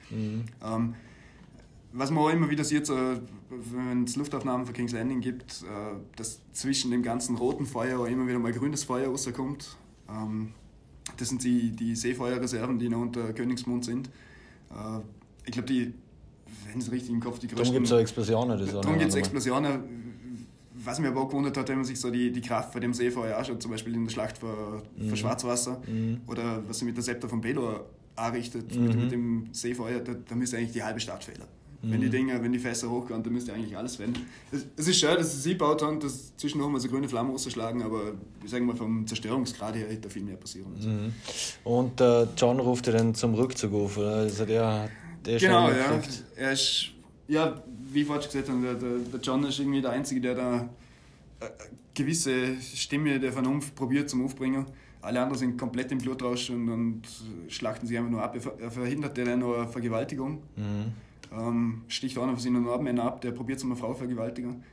Speaker 2: Was man auch immer wieder sieht, wenn es Luftaufnahmen für King's Landing gibt, dass zwischen dem ganzen roten Feuer auch immer wieder mal grünes Feuer rauskommt. Das sind die Seefeuerreserven, die noch unter Königsmund sind. Ich glaube, wenn es richtig im Kopf die größten...
Speaker 1: Darum gibt es auch Explosionen.
Speaker 2: Darum gibt es Explosionen. Was mich aber auch gewundert hat, wenn man sich so die Kraft von dem Seefeuer anschaut, zum Beispiel in der Schlacht vor Schwarzwasser, oder was sie mit der Septa von Baelor anrichtet, mit dem Seefeuer, da müsste eigentlich die halbe Stadt fehlen. Wenn die Fässer hochgehen, dann müsste eigentlich alles werden. Es ist schön, dass sie gebaut haben, dass zwischendurch mal so grüne Flammen rausschlagen, aber ich sage mal, vom Zerstörungsgrad her hätte da viel mehr passieren.
Speaker 1: Mhm. Und John ruft ja dann zum Rückzug auf, oder? Also der
Speaker 2: genau, ja. Er ist, ja, wie ich vorhin gesagt habe, der John ist irgendwie der Einzige, der da eine gewisse Stimme der Vernunft probiert zum Aufbringen. Alle anderen sind komplett im Blutrausch und schlachten sich einfach nur ab. Er verhindert ja dann nur eine Vergewaltigung. Sticht einer von seinen Männer ab, der probiert eine Frau vergewaltigen.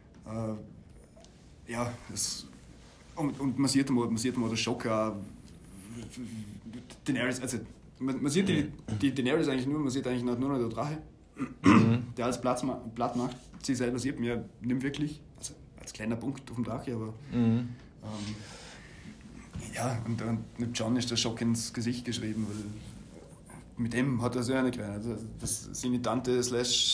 Speaker 2: Ja, und man sieht mal den Schock. Daenerys, also man sieht die Daenerys eigentlich nur, man sieht eigentlich nur noch der Drache, der alles Platt macht. Sie selber sieht man ja nicht wirklich, also als kleiner Punkt auf dem Drache, aber ja, und mit John ist der Schock ins Gesicht geschrieben, weil mit dem hat er so eine gerechnet. Das seine Tante slash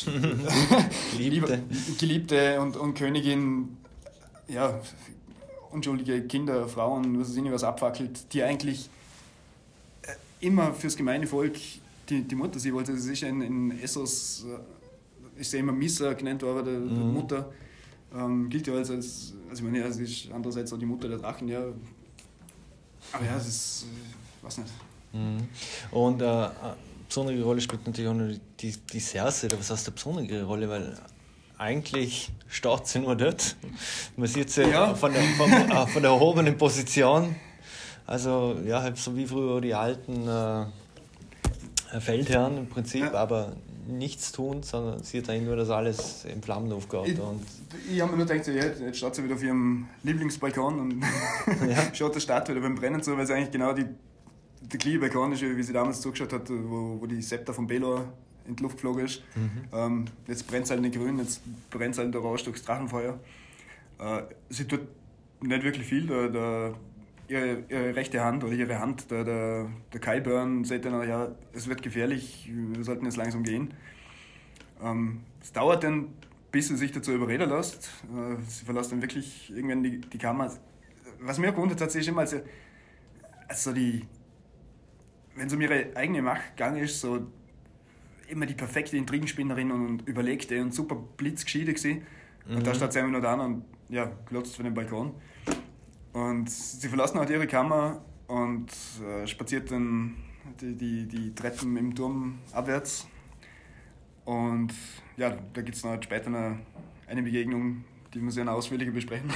Speaker 2: Geliebte und Königin, ja, unschuldige Kinder, Frauen, was weiß ich nicht, was abfackelt, die eigentlich immer fürs gemeine Volk die Mutter sie wollte. Sie ist in Essos, ist sie immer Missa genannt worden, der Mutter. Gilt ja als ich meine, sie ist andererseits auch die Mutter der Drachen, ja. Aber ja, es ist, weiß nicht.
Speaker 1: Und eine besondere Rolle spielt natürlich auch noch die Cersei, oder was heißt eine besondere Rolle, weil eigentlich steht sie nur dort. Man sieht sie von der erhobenen Position. Also ja, halt so wie früher die alten Feldherren im Prinzip, aber nichts tun, sondern sieht eigentlich nur, dass alles in Flammen aufgeht.
Speaker 2: Ich habe mir nur gedacht, jetzt steht sie wieder auf ihrem Lieblingsbalkon und schaut der Stadt wieder beim Brennen zu, weil es eigentlich genau der kleine Balkon ist, wie sie damals zugeschaut hat, wo die Scepter von Baelor in die Luft geflogen ist. Jetzt brennt es halt nicht grün, jetzt brennt es halt orange durchs Drachenfeuer. Sie tut nicht wirklich viel. Ihre rechte Hand oder ihre Hand, der Qyburn, sagt dann, ja, es wird gefährlich, wir sollten jetzt langsam gehen. Es dauert dann, bis sie sich dazu überreden lässt. Sie verlässt dann wirklich irgendwann die Kammer. Was mir gewundert hat, ist immer, wenn es um ihre eigene Macht gegangen ist, so immer die perfekte Intrigenspinnerin und überlegte und super blitzgescheite gewesen. Und da steht sie immer noch da und glotzt von dem Balkon. Und sie verlassen halt ihre Kammer und spaziert dann die Treppen im Turm abwärts. Und ja, da gibt es noch später eine Begegnung, die wir sehr ausführlicher besprechen.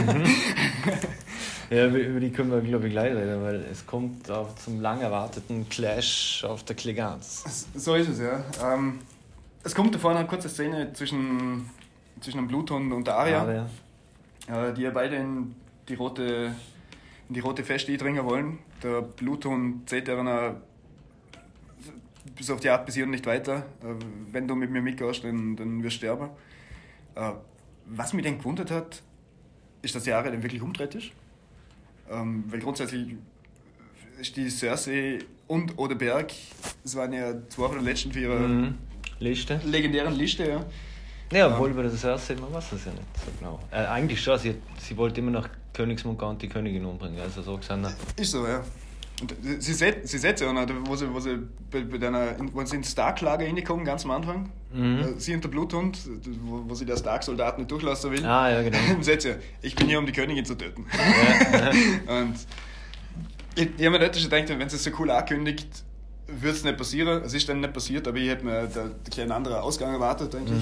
Speaker 1: Ja, über die können wir, glaube ich, gleich reden, weil es kommt auch zum lang erwarteten Clash auf der Clegane.
Speaker 2: So ist es, ja. Es kommt davor eine kurze Szene zwischen dem Bluthund und der Arya. Die ja beide in die rote Feste eindringen wollen. Der Bluthund sagt einer, bis auf die Art bis hier und nicht weiter. Wenn du mit mir mitgehst, dann wirst du sterben. Was mich dann gewundert hat, ist, dass die Arya dann wirklich umgedreht ist. Weil grundsätzlich ist die Cersei und Oda Berg, das waren ja zwei von den letzten für ihre legendären Liste. Ja.
Speaker 1: Ja, obwohl bei der Cersei, man weiß das ja nicht so genau. Eigentlich schon, sie wollte immer nach Königsmund die Königin umbringen, also so gesagt.
Speaker 2: Ist so, ja. Und sie sagt ja auch noch, wo sie ins Stark-Lager reinkommen, ganz am Anfang, sie und der Bluthund, wo sie der Stark-Soldat nicht durchlassen will.
Speaker 1: Ah, ja, genau.
Speaker 2: Sagt sie, ich bin hier, um die Königin zu töten. Ja. Und ich habe mir nicht gedacht, wenn sie es so cool ankündigt, würde es nicht passieren. Es ist dann nicht passiert, aber ich hätte mir da einen anderen Ausgang erwartet, eigentlich.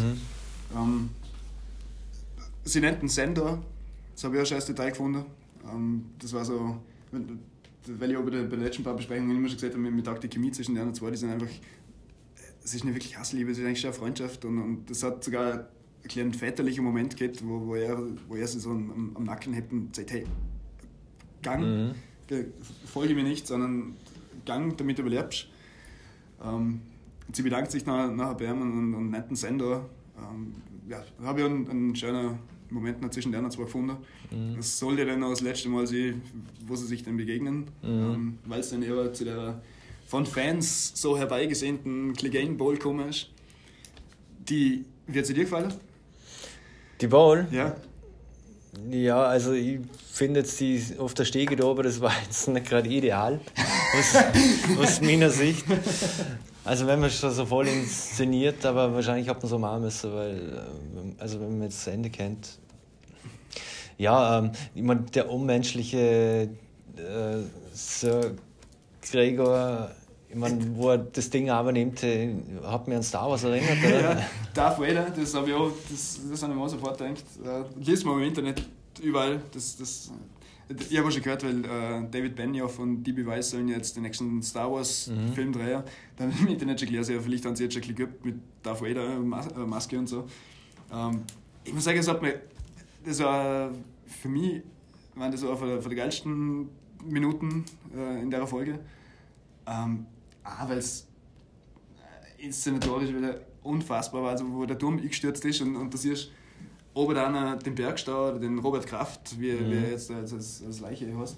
Speaker 2: Sie nennt ihn Sandor. Das habe ich auch schon als Detail gefunden. Das war so, weil ich auch bei den letzten paar Besprechungen immer schon gesagt habe, mir taugt die Chemie zwischen den zwei, die sind einfach, es ist nicht wirklich Hassliebe, es ist eigentlich schon eine Freundschaft und das hat sogar einen kleinen väterlichen Moment gehabt, wo er sich so am Nacken hebt und sagt, hey, gang, folge mir nicht, sondern gang, damit du überlebst. Und sie bedankt sich nachher bei ihm und nennt ihn Sandor. Da habe ich einen schönen Moment noch zwischen den zwei gefunden. Das soll ja dann auch das letzte Mal sein, wo sie sich dann begegnen, weil es dann eher zu der von Fans so herbeigesehnten Clegane Bowl gekommen ist. Wie hat sie dir gefallen? Die
Speaker 1: Bowl?
Speaker 2: Ja.
Speaker 1: Ja, also ich finde jetzt die auf der Stege da oben, das war jetzt nicht gerade ideal, aus meiner Sicht. Also wenn man schon so voll inszeniert, aber wahrscheinlich hat man so machen müssen, weil, also wenn man jetzt das Ende kennt. Ja, ich meine, der unmenschliche Sir Gregor, ich meine, wo er das Ding aber nimmt, hat mir an Star Wars erinnert, oder?
Speaker 2: Ja, Darth Vader, das habe ich auch, das habe ich mir auch sofort gedacht. Liest man im Internet überall. Ich habe auch schon gehört, weil David Benioff und D.B. Weiss sollen jetzt den nächsten Star Wars Film drehen. Da habe ich im Internet schon gelesen, vielleicht haben sie jetzt schon ein bisschen geübt mit Darth Vader, Maske und so. Ich muss sagen, das war für mich, waren das auch von der geilsten Minuten in der Folge. Weil es inszenatorisch wieder unfassbar war, also wo der Turm eingestürzt ist und du siehst oben dann den Bergstau oder den Robert Kraft, wie er jetzt als Leiche heißt.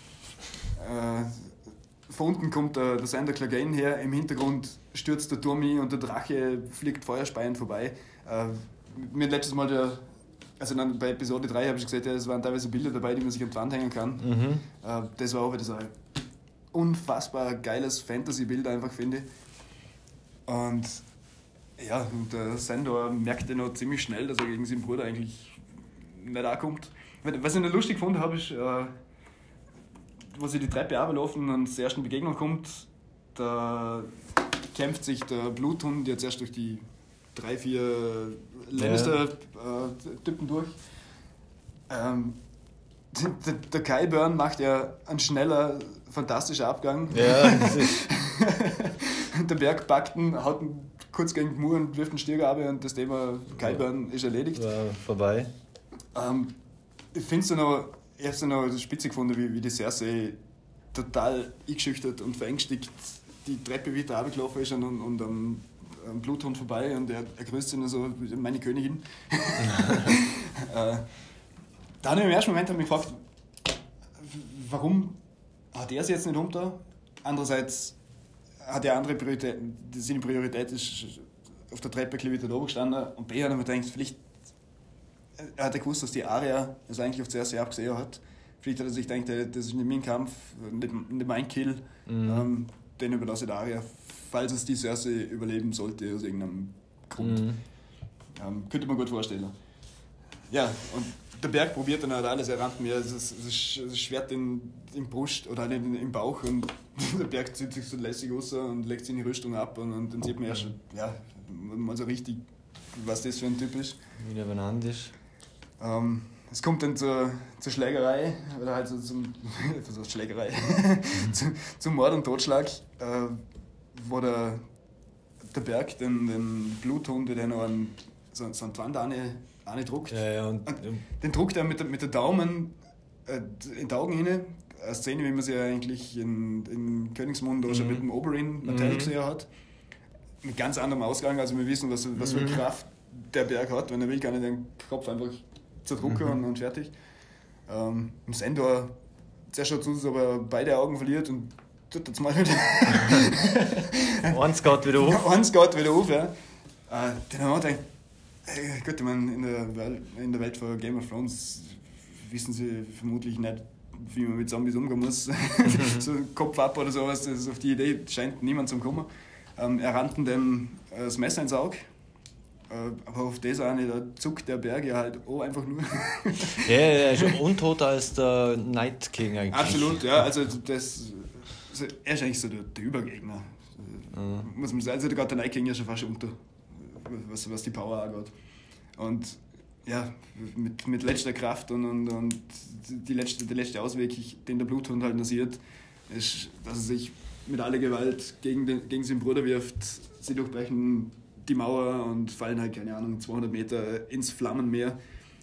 Speaker 2: Von unten kommt der Sander Clegane her, im Hintergrund stürzt der Turm ein und der Drache fliegt feuerspeiend vorbei. Mir letztes Mal also dann bei Episode 3 habe ich gesagt, es waren teilweise Bilder dabei, die man sich an die Wand hängen kann. Das war auch wieder so ein unfassbar geiles Fantasy-Bild einfach, finde ich. Und ja, und der Sandor merkte noch ziemlich schnell, dass er gegen seinen Bruder eigentlich nicht ankommt. Was ich noch lustig gefunden habe, ist, wo sie die Treppe runterlaufen und zur ersten Begegnung kommt, da kämpft sich der Bluthund jetzt erst durch die 3-4 Lannister-Typen durch. Der Qyburn macht ja einen schneller, fantastischer Abgang. Ja, das ist der Berg packt ihn, haut ihn kurz gegen den Mur und wirft einen Stierger ab und das Thema Qyburn ist erledigt.
Speaker 1: War vorbei.
Speaker 2: Ich finde es noch, ich habe es noch spitze gefunden, wie die Cersei total eingeschüchtert und verängstigt die Treppe wieder runtergelaufen ist und am Bluthund vorbei und er grüßt sie nur so, meine Königin. Dann im ersten Moment habe ich mich gefragt, warum hat er sie jetzt nicht umgetan? Andererseits hat er andere Prioritäten, seine Priorität ist auf der Treppe wieder oben gestanden und B hat er mir gedacht, vielleicht er hat gewusst, dass die Arya das eigentlich auf Cersei abgesehen hat. Vielleicht hat er sich gedacht, das ist nicht mein Kampf, nicht mein Kill, den überlasse der Arya, falls es die Cersei überleben sollte aus irgendeinem Grund. Könnte man gut vorstellen. Ja, und der Berg probiert dann halt alles, er rammt mir das Schwert in Brust oder halt im Bauch und der Berg zieht sich so lässig raus und legt sich in die Rüstung ab und dann sieht man erst, ja, mal so richtig, was das für ein Typ ist.
Speaker 1: Wie der benannt ist.
Speaker 2: Es kommt dann zur Schlägerei, oder halt zum Mord und Totschlag, wo der Berg den Bluthund, der noch so einen Wand eine druckt.
Speaker 1: Ja, und
Speaker 2: den druckt er mit der Daumen in die Augen hinein. Eine Szene, wie man sie ja eigentlich in Königsmund oder schon mit dem Oberyn Martell gesehen hat. Mit ganz anderem Ausgang, also wir wissen, was für eine Kraft der Berg hat, wenn er will, kann er den Kopf einfach zerdrucken und fertig. Im Sandor zuerst schaut es aus, ob er beide Augen verliert und tut das mal wieder.
Speaker 1: Eins geht wieder auf.
Speaker 2: Eins geht wieder auf, ja. Den haben wir gedacht, gut, ich meine, in der Welt von Game of Thrones wissen sie vermutlich nicht, wie man mit Zombies umgehen muss. So ein Kopf ab oder sowas, das auf die Idee scheint niemand zu kommen. Er rannte dem das Messer ins Auge. Aber auf das eine, da zuckt der Berg ja halt auch einfach nur.
Speaker 1: Ja, er ist untoter als der Night King eigentlich.
Speaker 2: Absolut, ja, also er ist eigentlich so der Übergegner. Muss man sagen, also gerade der Night King ja schon fast unter, was die Power angeht. Und ja, mit letzter Kraft und der letzte Ausweg, den der Bluthund halt noch sieht, ist, dass er sich mit aller Gewalt gegen seinen Bruder wirft. Sie durchbrechen die Mauer und fallen halt, keine Ahnung, 200 Meter ins Flammenmeer.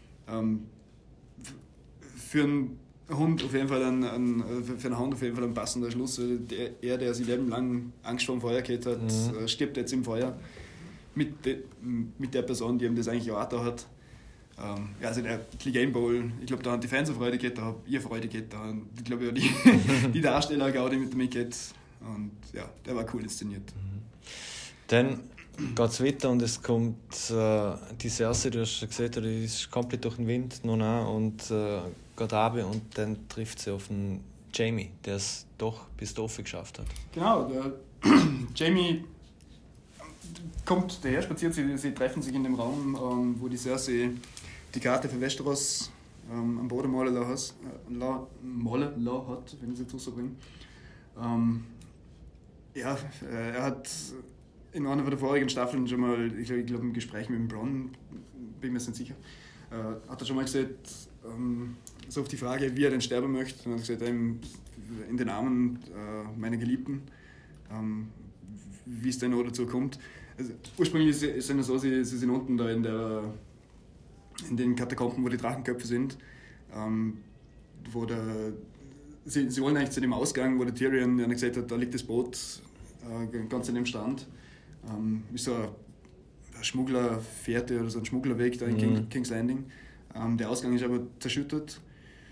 Speaker 2: Für einen Hund auf jeden Fall ein passender Schluss. Der sein Leben lang Angst vor dem Feuer gehabt hat, stirbt jetzt im Feuer mit der Person, die ihm das eigentlich auch hat. Also der Game Bowl, ich glaube, da haben die Fans Freude gehabt, da habe ich Freude gehabt, da haben, ich glaube, die Darsteller Gaudi mit mir gehabt. Und ja, der war cool inszeniert.
Speaker 1: Dann geht es weiter und es kommt die Cersei, du hast schon gesehen, die ist komplett durch den Wind noch an und geht runter und dann trifft sie auf den Jaime, der es doch bis Dorf geschafft hat.
Speaker 2: Genau, der Jaime kommt daher spaziert, sie treffen sich in dem Raum, wo die Cersei die Karte für Westeros am Boden malen hat, wenn ich es jetzt so bringe. Er hat in einer der vorigen Staffeln schon mal, ich glaube im Gespräch mit dem Bronn, bin mir nicht sicher, hat er schon mal gesagt, so auf die Frage, wie er denn sterben möchte, und er hat gesagt, in den Armen meiner Geliebten, wie es denn noch dazu kommt. Also, ursprünglich ist es ja so, sie sind unten da in den Katakomben, wo die Drachenköpfe sind, sie wollen eigentlich zu dem Ausgang, wo der Tyrion gesagt hat, da liegt das Boot ganz in dem Stand. Ist so eine Schmugglerfährte oder so ein Schmugglerweg da in King's Landing. Der Ausgang ist aber zerschüttet.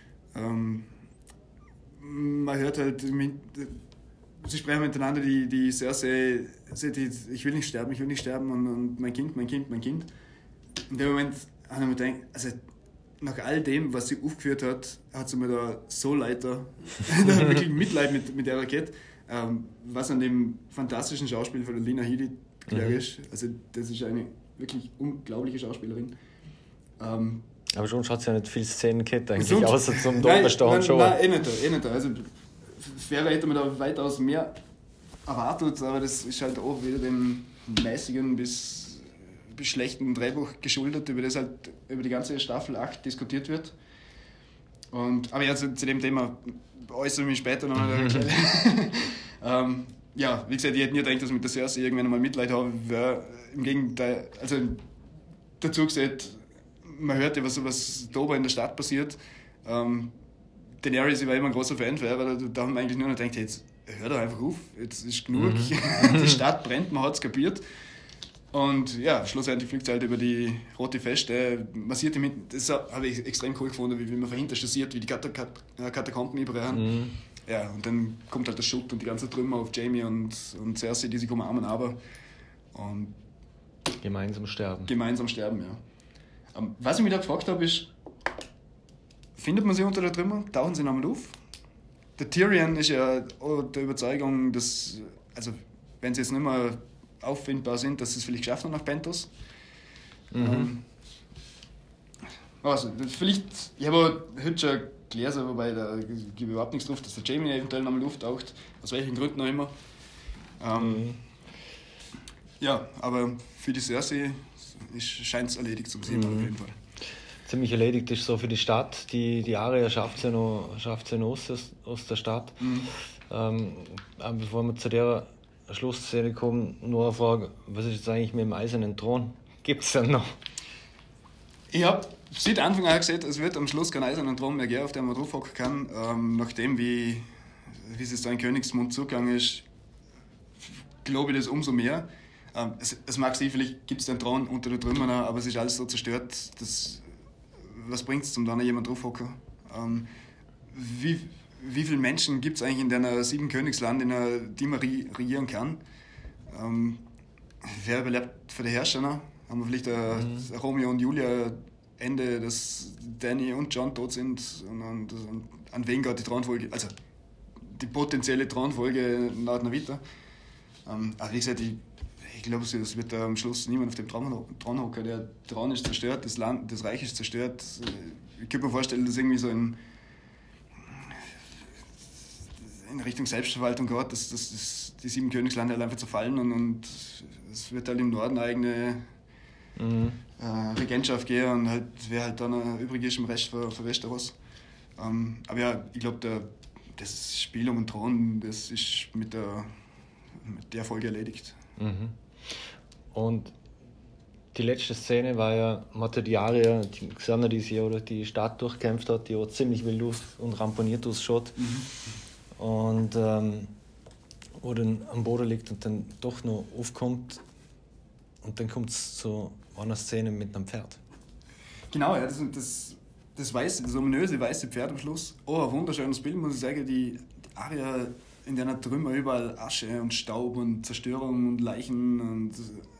Speaker 2: Man hört halt, sie sprechen miteinander, die Cersei sagt, ich will nicht sterben und mein Kind. In dem Moment habe ich mir gedacht, also nach all dem, was sie aufgeführt hat, hat sie mir da so leid da. Wirklich Mitleid mit der Rakete. Was an dem fantastischen Schauspiel von der Lena Headey ist. Also das ist eine wirklich unglaubliche Schauspielerin.
Speaker 1: Aber schon hat sie ja nicht viel Szenen gehabt, eigentlich, außer zum Doppelstaunen schon. Nein,
Speaker 2: eh nicht. Also Fairer hätte man da weitaus mehr erwartet, aber das ist halt auch wieder dem mäßigen bis schlechten Drehbuch geschuldet, über das halt über die ganze Staffel 8 diskutiert wird. Aber ja, zu dem Thema äußere ich mich später noch mal. Ja, wie gesagt, ich hätte nie gedacht, dass ich mit der Cersei irgendwann mal Mitleid habe. Im Gegenteil, also dazu gesagt, man hört ja, was da oben in der Stadt passiert. Daenerys war immer ein großer Fan, weil da haben wir eigentlich nur noch gedacht, jetzt hör doch einfach auf, jetzt ist genug, die Stadt brennt, man hat es kapiert. Und ja, schlussendlich fliegt es halt über die Rote Feste, massiert im Hintergrund. Das habe ich extrem cool gefunden, wie man dahinter chassiert, wie die Katakomben überrennen. Ja, und dann kommt halt der Schutt und die ganze Trümmer auf Jaime und Cersei, die sich umarmen, und
Speaker 1: gemeinsam sterben.
Speaker 2: Ja. Was ich mich da gefragt habe, ist, findet man sie unter der Trümmer? Tauchen sie nochmal auf? Der Tyrion ist ja auch der Überzeugung, dass, also wenn sie jetzt nicht mehr auffindbar sind, dass sie es vielleicht geschafft haben nach Pentos. Also, vielleicht, ich habe heute schon gelesen, wobei da gebe ich überhaupt nichts drauf, dass der Jaime eventuell nochmal auftaucht, aus welchen Gründen auch immer. Ja, aber für die Cersei scheint es erledigt zu sein, auf jeden Fall.
Speaker 1: Ziemlich erledigt ist so für die Stadt. Die Arya schafft sie noch aus der Stadt. Aber bevor wir zu der Schlussszene kommen, nur eine Frage, was ist jetzt eigentlich mit dem Eisernen Thron? Gibt es den noch?
Speaker 2: Ich habe seit Anfang an gesagt, es wird am Schluss keinen Eisernen Thron mehr geben, auf dem man drauf hocken kann. Nachdem, wie es jetzt da in Königsmund zugegangen ist, glaube ich das umso mehr. Es mag sein, vielleicht gibt es den Thron unter den Trümmern, aber es ist alles so zerstört, was bringt es, um da noch jemand drauf hocken? Wie viele Menschen gibt es eigentlich in den 7 Königslanden, die man regieren kann? Wer überlebt für die Herrscher noch? Haben wir vielleicht Romeo und Julia Ende, dass Dany und Jon tot sind und an wen geht die Thronfolge, also die potenzielle Thronfolge nach einer weiter? Aber wie gesagt, ich glaube, es wird am Schluss niemand auf dem Thron hocken. Der Thron ist zerstört, das Reich ist zerstört. Ich könnte mir vorstellen, dass irgendwie so in Richtung Selbstverwaltung geht, dass die 7 Königslande halt einfach zerfallen und es wird halt im Norden eine eigene Regentschaft geben und halt, wer halt dann übrig ist im Rest für Westeros. Aber ja, ich glaube, das Spiel um den Thron, das ist mit der Folge erledigt.
Speaker 1: Und die letzte Szene war ja, man hatte die Arya, die Xana, die sich oder die Stadt durchkämpft hat, die auch ziemlich wild und ramponiert ausschaut. Und wo dann am Boden liegt und dann doch noch aufkommt und dann kommt es zu einer Szene mit einem Pferd.
Speaker 2: Genau, ja, das weiße, das ominöse weiße Pferd am Schluss. Oh, ein wunderschönes Bild, muss ich sagen. Die Arya in der Trümmer, überall Asche und Staub und Zerstörung und Leichen und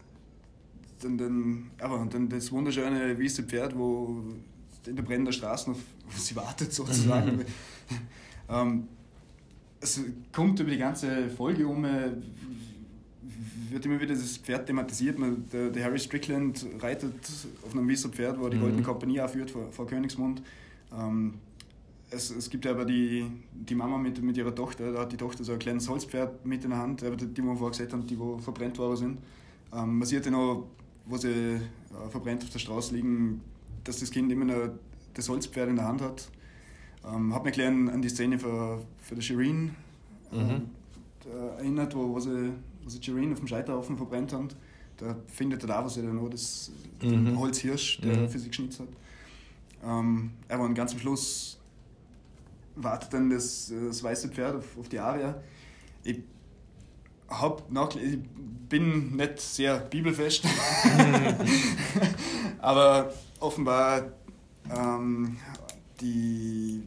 Speaker 2: dann das wunderschöne weiße Pferd, wo in der brennenden Straße auf sie wartet sozusagen. Es kommt über die ganze Folge wird immer wieder das Pferd thematisiert. Der Harry Strickland reitet auf einem Wieser-Pferd, wo er die Goldene Kompanie aufführt vor Königsmund. Es gibt aber die Mama mit ihrer Tochter, da hat die Tochter so ein kleines Holzpferd mit in der Hand, die wir vorher gesehen haben, die wo verbrennt worden sind. Man sieht ja noch, wo sie verbrennt auf der Straße liegen, dass das Kind immer noch das Holzpferd in der Hand hat. Hat mich gleich an die Szene für die Shireen erinnert, wo sie Shireen auf dem Scheiterhaufen verbrennt haben. Da findet der Davos ja noch den Holzhirsch, der er für sie geschnitzt hat. Aber ganz am Schluss wartet dann das weiße Pferd auf die Aria. Ich bin nicht sehr bibelfest, aber offenbar die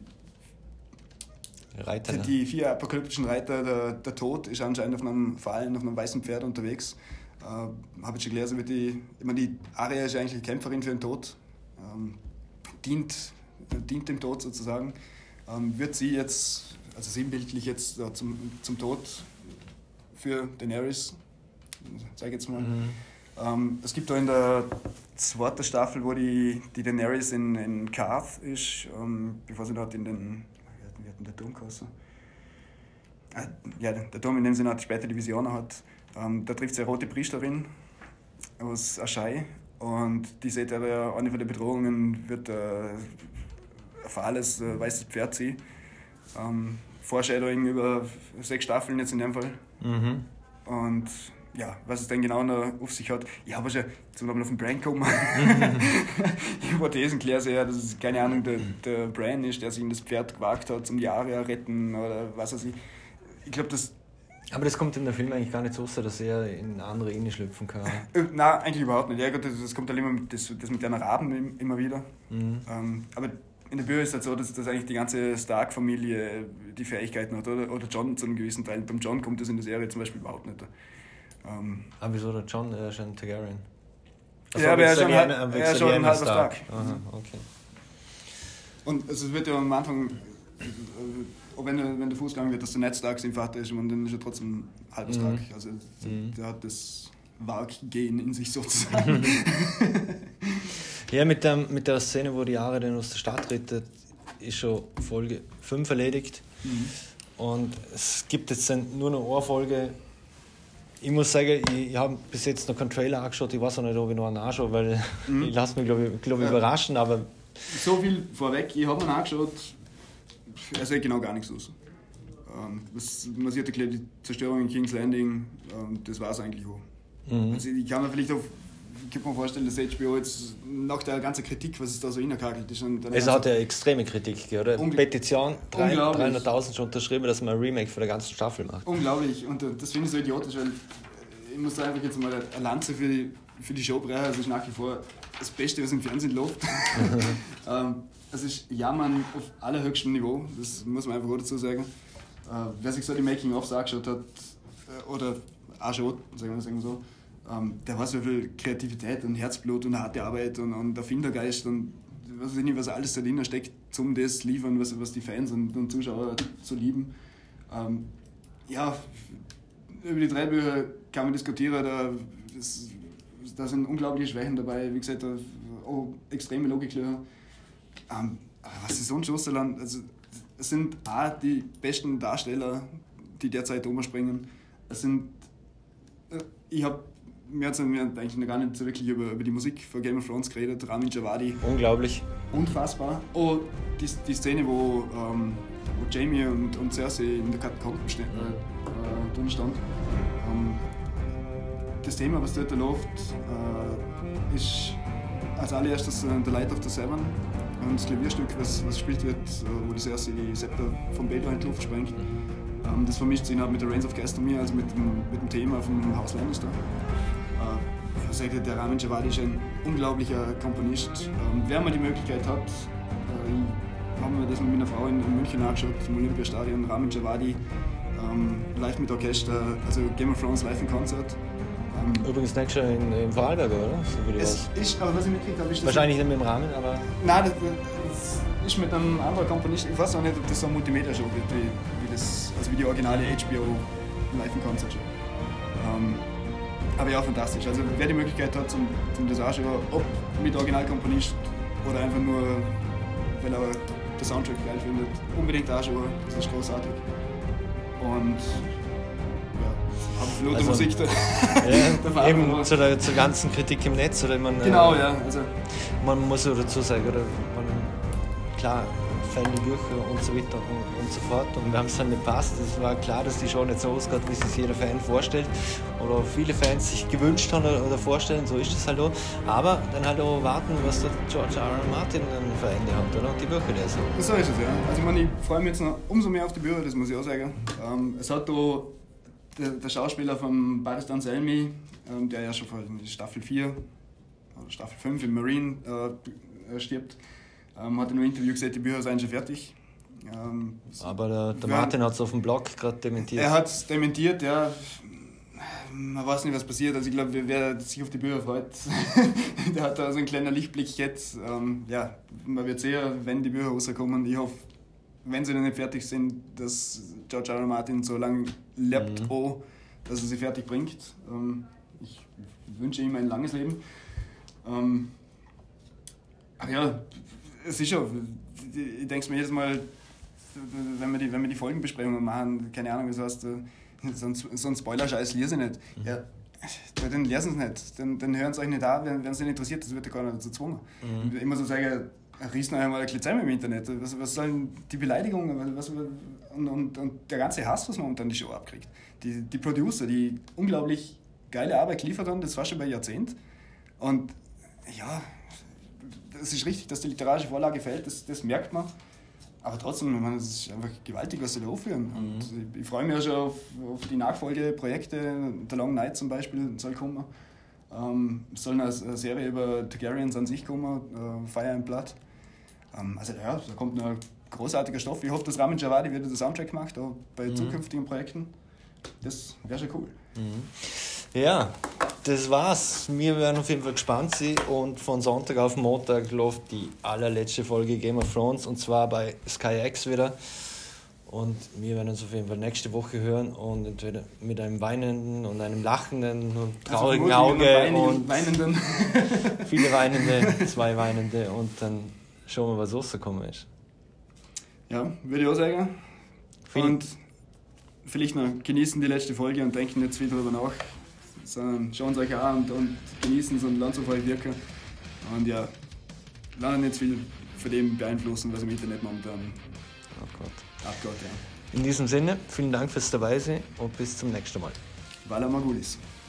Speaker 2: 4 apokalyptischen Reiter, der Tod ist anscheinend auf einem Fallen, auf einem weißen Pferd unterwegs. Habe ich schon gelesen, die Aria ist eigentlich Kämpferin für den Tod, dient dem Tod sozusagen. Wird sie jetzt, also sinnbildlich jetzt zum Tod für Daenerys, sag ich jetzt mal. Es gibt da in der 2. Staffel, wo die Daenerys in Qarth ist, bevor sie dort in den, wie hat denn der Turm geheißen? Ja, der Turm, in dem sie noch die späte Visionen hat. Da trifft sie eine rote Priesterin aus Aschai und die sieht ja, eine von den Bedrohungen wird ein fahles weißes Pferd sein. Foreshadowing über 6 Staffeln jetzt in dem Fall. Und ja, was es dann genau noch auf sich hat. Ich habe schon zum Beispiel auf den Bran gekommen. Hypothesen klären sich ja, dass es, keine Ahnung, der Bran ist, der sich in das Pferd gewagt hat, um die Aria retten oder was weiß ich. Ich glaube, das.
Speaker 1: Aber das kommt in der Film eigentlich gar nicht so, dass er in andere Innen schlüpfen kann.
Speaker 2: Nein, eigentlich überhaupt nicht. Ja, gut, das kommt halt immer das mit den Raben immer wieder. Aber in der Bühne ist es halt so, dass eigentlich die ganze Stark-Familie die Fähigkeiten hat. Oder Jon zu einem gewissen Teil. Beim Jon kommt das in der Serie zum Beispiel überhaupt nicht.
Speaker 1: Aber wieso der Jon? Er ist ein Targaryen.
Speaker 2: Also ja, aber er ist schon ein halber Stark.
Speaker 1: Aha, okay.
Speaker 2: Und also es wird ja am Anfang, auch wenn der Fuß gegangen wird, dass der Ned Stark sein Vater ist, und dann ist er trotzdem halber Stark. Also der hat das Varg-Gen in sich sozusagen.
Speaker 1: Ja, mit der Szene, wo die Arya dann aus der Stadt rettet, ist schon Folge 5 erledigt. Und es gibt jetzt dann nur noch eine Folge. Ich muss sagen, ich habe bis jetzt noch keinen Trailer angeschaut, ich weiß auch nicht, ob ich noch einen anschaue, weil ich lasse mich, glaube ich, überraschen, aber...
Speaker 2: So viel vorweg, ich habe ihn angeschaut, er sieht genau gar nichts aus. Man sieht die Zerstörung in King's Landing, das war es eigentlich auch. Also ich kann mir vielleicht auch vorstellen, dass HBO jetzt nach der ganzen Kritik, was es da so reingekakelt ist...
Speaker 1: Es hat ja extreme Kritik gegeben, oder? Petition, 300.000 schon unterschrieben, dass man ein Remake für die ganze Staffel macht.
Speaker 2: Unglaublich, und das finde ich so idiotisch, weil ich muss da einfach jetzt mal eine Lanze für die Show brechen. Es ist nach wie vor das Beste, was im Fernsehen läuft. Es ist Jammern auf allerhöchstem Niveau, das muss man einfach auch dazu sagen. Wer sich so die Making-ofs angeschaut hat, oder auch schon, sagen wir so, der weiß, wie viel Kreativität und Herzblut und harte Arbeit und Erfindergeist und was alles da drin steckt, um das liefern, was die Fans und Zuschauer so lieben. Ja, über die Drehbücher kann man diskutieren, da sind unglaubliche Schwächen dabei, wie gesagt, auch extreme Logiklöcher. Aber was ist so ein Schusterland? Also, es sind auch die besten Darsteller, die derzeit umspringen. Wir haben eigentlich noch gar nicht so wirklich über die Musik von Game of Thrones geredet. Ramin Djawadi.
Speaker 1: Unglaublich.
Speaker 2: Unfassbar. Oh, die Szene, wo Jaime und Cersei in der Katakomben drin stand. Das Thema, was dort läuft, ist als allererstes The Light of the Seven. Das Klavierstück, was gespielt wird, wo die Cersei die Zepter vom Beltane in die Luft sprengt. Das vermischt sich mit der Reigns of Castamere, also mit dem Thema vom Haus Lannister. Ich sage, der Ramin Djawadi ist ein unglaublicher Komponist. Wer mal die Möglichkeit hat, haben wir das mit meiner Frau in München angeschaut, im Olympiastadion, Ramin Djawadi, live mit Orchester, also Game of Thrones live im Konzert.
Speaker 1: Übrigens nicht schon in Vorarlberg, oder? So
Speaker 2: es ist, aber was ich mitgekriegt habe, ist das...
Speaker 1: Wahrscheinlich nicht mit dem Rahmen, aber...
Speaker 2: Nein, das ist mit einem anderen Komponist. Ich weiß auch nicht, ob das so ein Multimedia-Show wird, wie die originale HBO live im Konzert-Show. Aber ja, fantastisch. Also wer die Möglichkeit hat, zum das anschauen, ob mit Originalkomponist oder einfach nur, weil er den Soundtrack geil findet, unbedingt anschauen. Das ist großartig. Und ja, habe viel
Speaker 1: Also,
Speaker 2: Musik da.
Speaker 1: Ja, eben zur ganzen Kritik im Netz. Oder
Speaker 2: Genau, ja. Also,
Speaker 1: man muss ja dazu sagen, oder klar, fallen die Bücher und so weiter und so fort. Und wir haben es dann nicht passt. Es war klar, dass die Show nicht so ausgeht, wie sich jeder Fan vorstellt. Oder viele Fans sich gewünscht haben oder vorstellen, so ist es halt auch. Aber dann halt auch warten, was der George R. R. Martin dann für Ende hat, oder? Und die Bücher lesen.
Speaker 2: So ist es, ja. Also ich meine, ich freue mich jetzt noch umso mehr auf die Bücher, das muss ich auch sagen. Es hat da der Schauspieler von Baristan Selmy, der ja schon von Staffel 4 oder Staffel 5 im Marine stirbt, hat in einem Interview gesagt, die Bücher seien schon fertig.
Speaker 1: Aber der Martin hat es auf dem Blog gerade dementiert.
Speaker 2: Er hat es dementiert, ja. Man weiß nicht, was passiert. Also ich glaube, wer sich auf die Bücher freut, der hat da so einen kleinen Lichtblick jetzt. Ja, man wird sehen, wenn die Bücher rauskommen. Ich hoffe, wenn sie noch nicht fertig sind, dass George R. R. Martin so lange lebt, dass er sie fertig bringt. Ich wünsche ihm ein langes Leben. Aber ja, es ist schon, ich denke mir jedes Mal, wenn wir die Folgenbesprechungen machen, keine Ahnung, was heißt, so ein Spoiler-Scheiß lesen sie nicht. Ja, dann lesen sie es nicht, dann hören sie euch nicht an, wenn es nicht interessiert, das wird ja gar nicht dazu gezwungen. Ich muss so sagen, riesen euch mal ein bisschen zusammen im Internet. Was sollen die Beleidigungen und der ganze Hass, was man unter die Show abkriegt. Die Producer, die unglaublich geile Arbeit geliefert haben, das war schon bei Jahrzehnten. Und ja, es ist richtig, dass die literarische Vorlage fällt, das merkt man. Aber trotzdem, ich meine, es ist einfach gewaltig, was sie da aufführen. Und ich freue mich ja schon auf die Nachfolgeprojekte. The Long Night zum Beispiel soll kommen. Es soll eine Serie über Targaryens an sich kommen, Fire and Blood. Also ja, da kommt ein großartiger Stoff. Ich hoffe, dass Ramin Djawadi wieder den Soundtrack macht, auch bei zukünftigen Projekten. Das wäre schon cool.
Speaker 1: Ja, das war's. Wir werden auf jeden Fall gespannt sein. Und von Sonntag auf Montag läuft die allerletzte Folge Game of Thrones, und zwar bei Sky X wieder. Und wir werden uns auf jeden Fall nächste Woche hören und entweder mit einem weinenden und einem lachenden und traurigen Auge und
Speaker 2: weinenden.
Speaker 1: Viele Weinende, 2 Weinende, und dann schauen wir, was rausgekommen ist.
Speaker 2: Ja, würde ich auch sagen. Und vielleicht noch genießen die letzte Folge und denken nicht zu viel darüber nach, sondern schauen es euch an und genießen es und lasst es auf euch wirken. Und ja, lernen nicht zu viel von dem beeinflussen, was im Internet momentan abgeht. Ja.
Speaker 1: In diesem Sinne, vielen Dank fürs Dabeisein und bis zum nächsten Mal.
Speaker 2: Vala Margulis.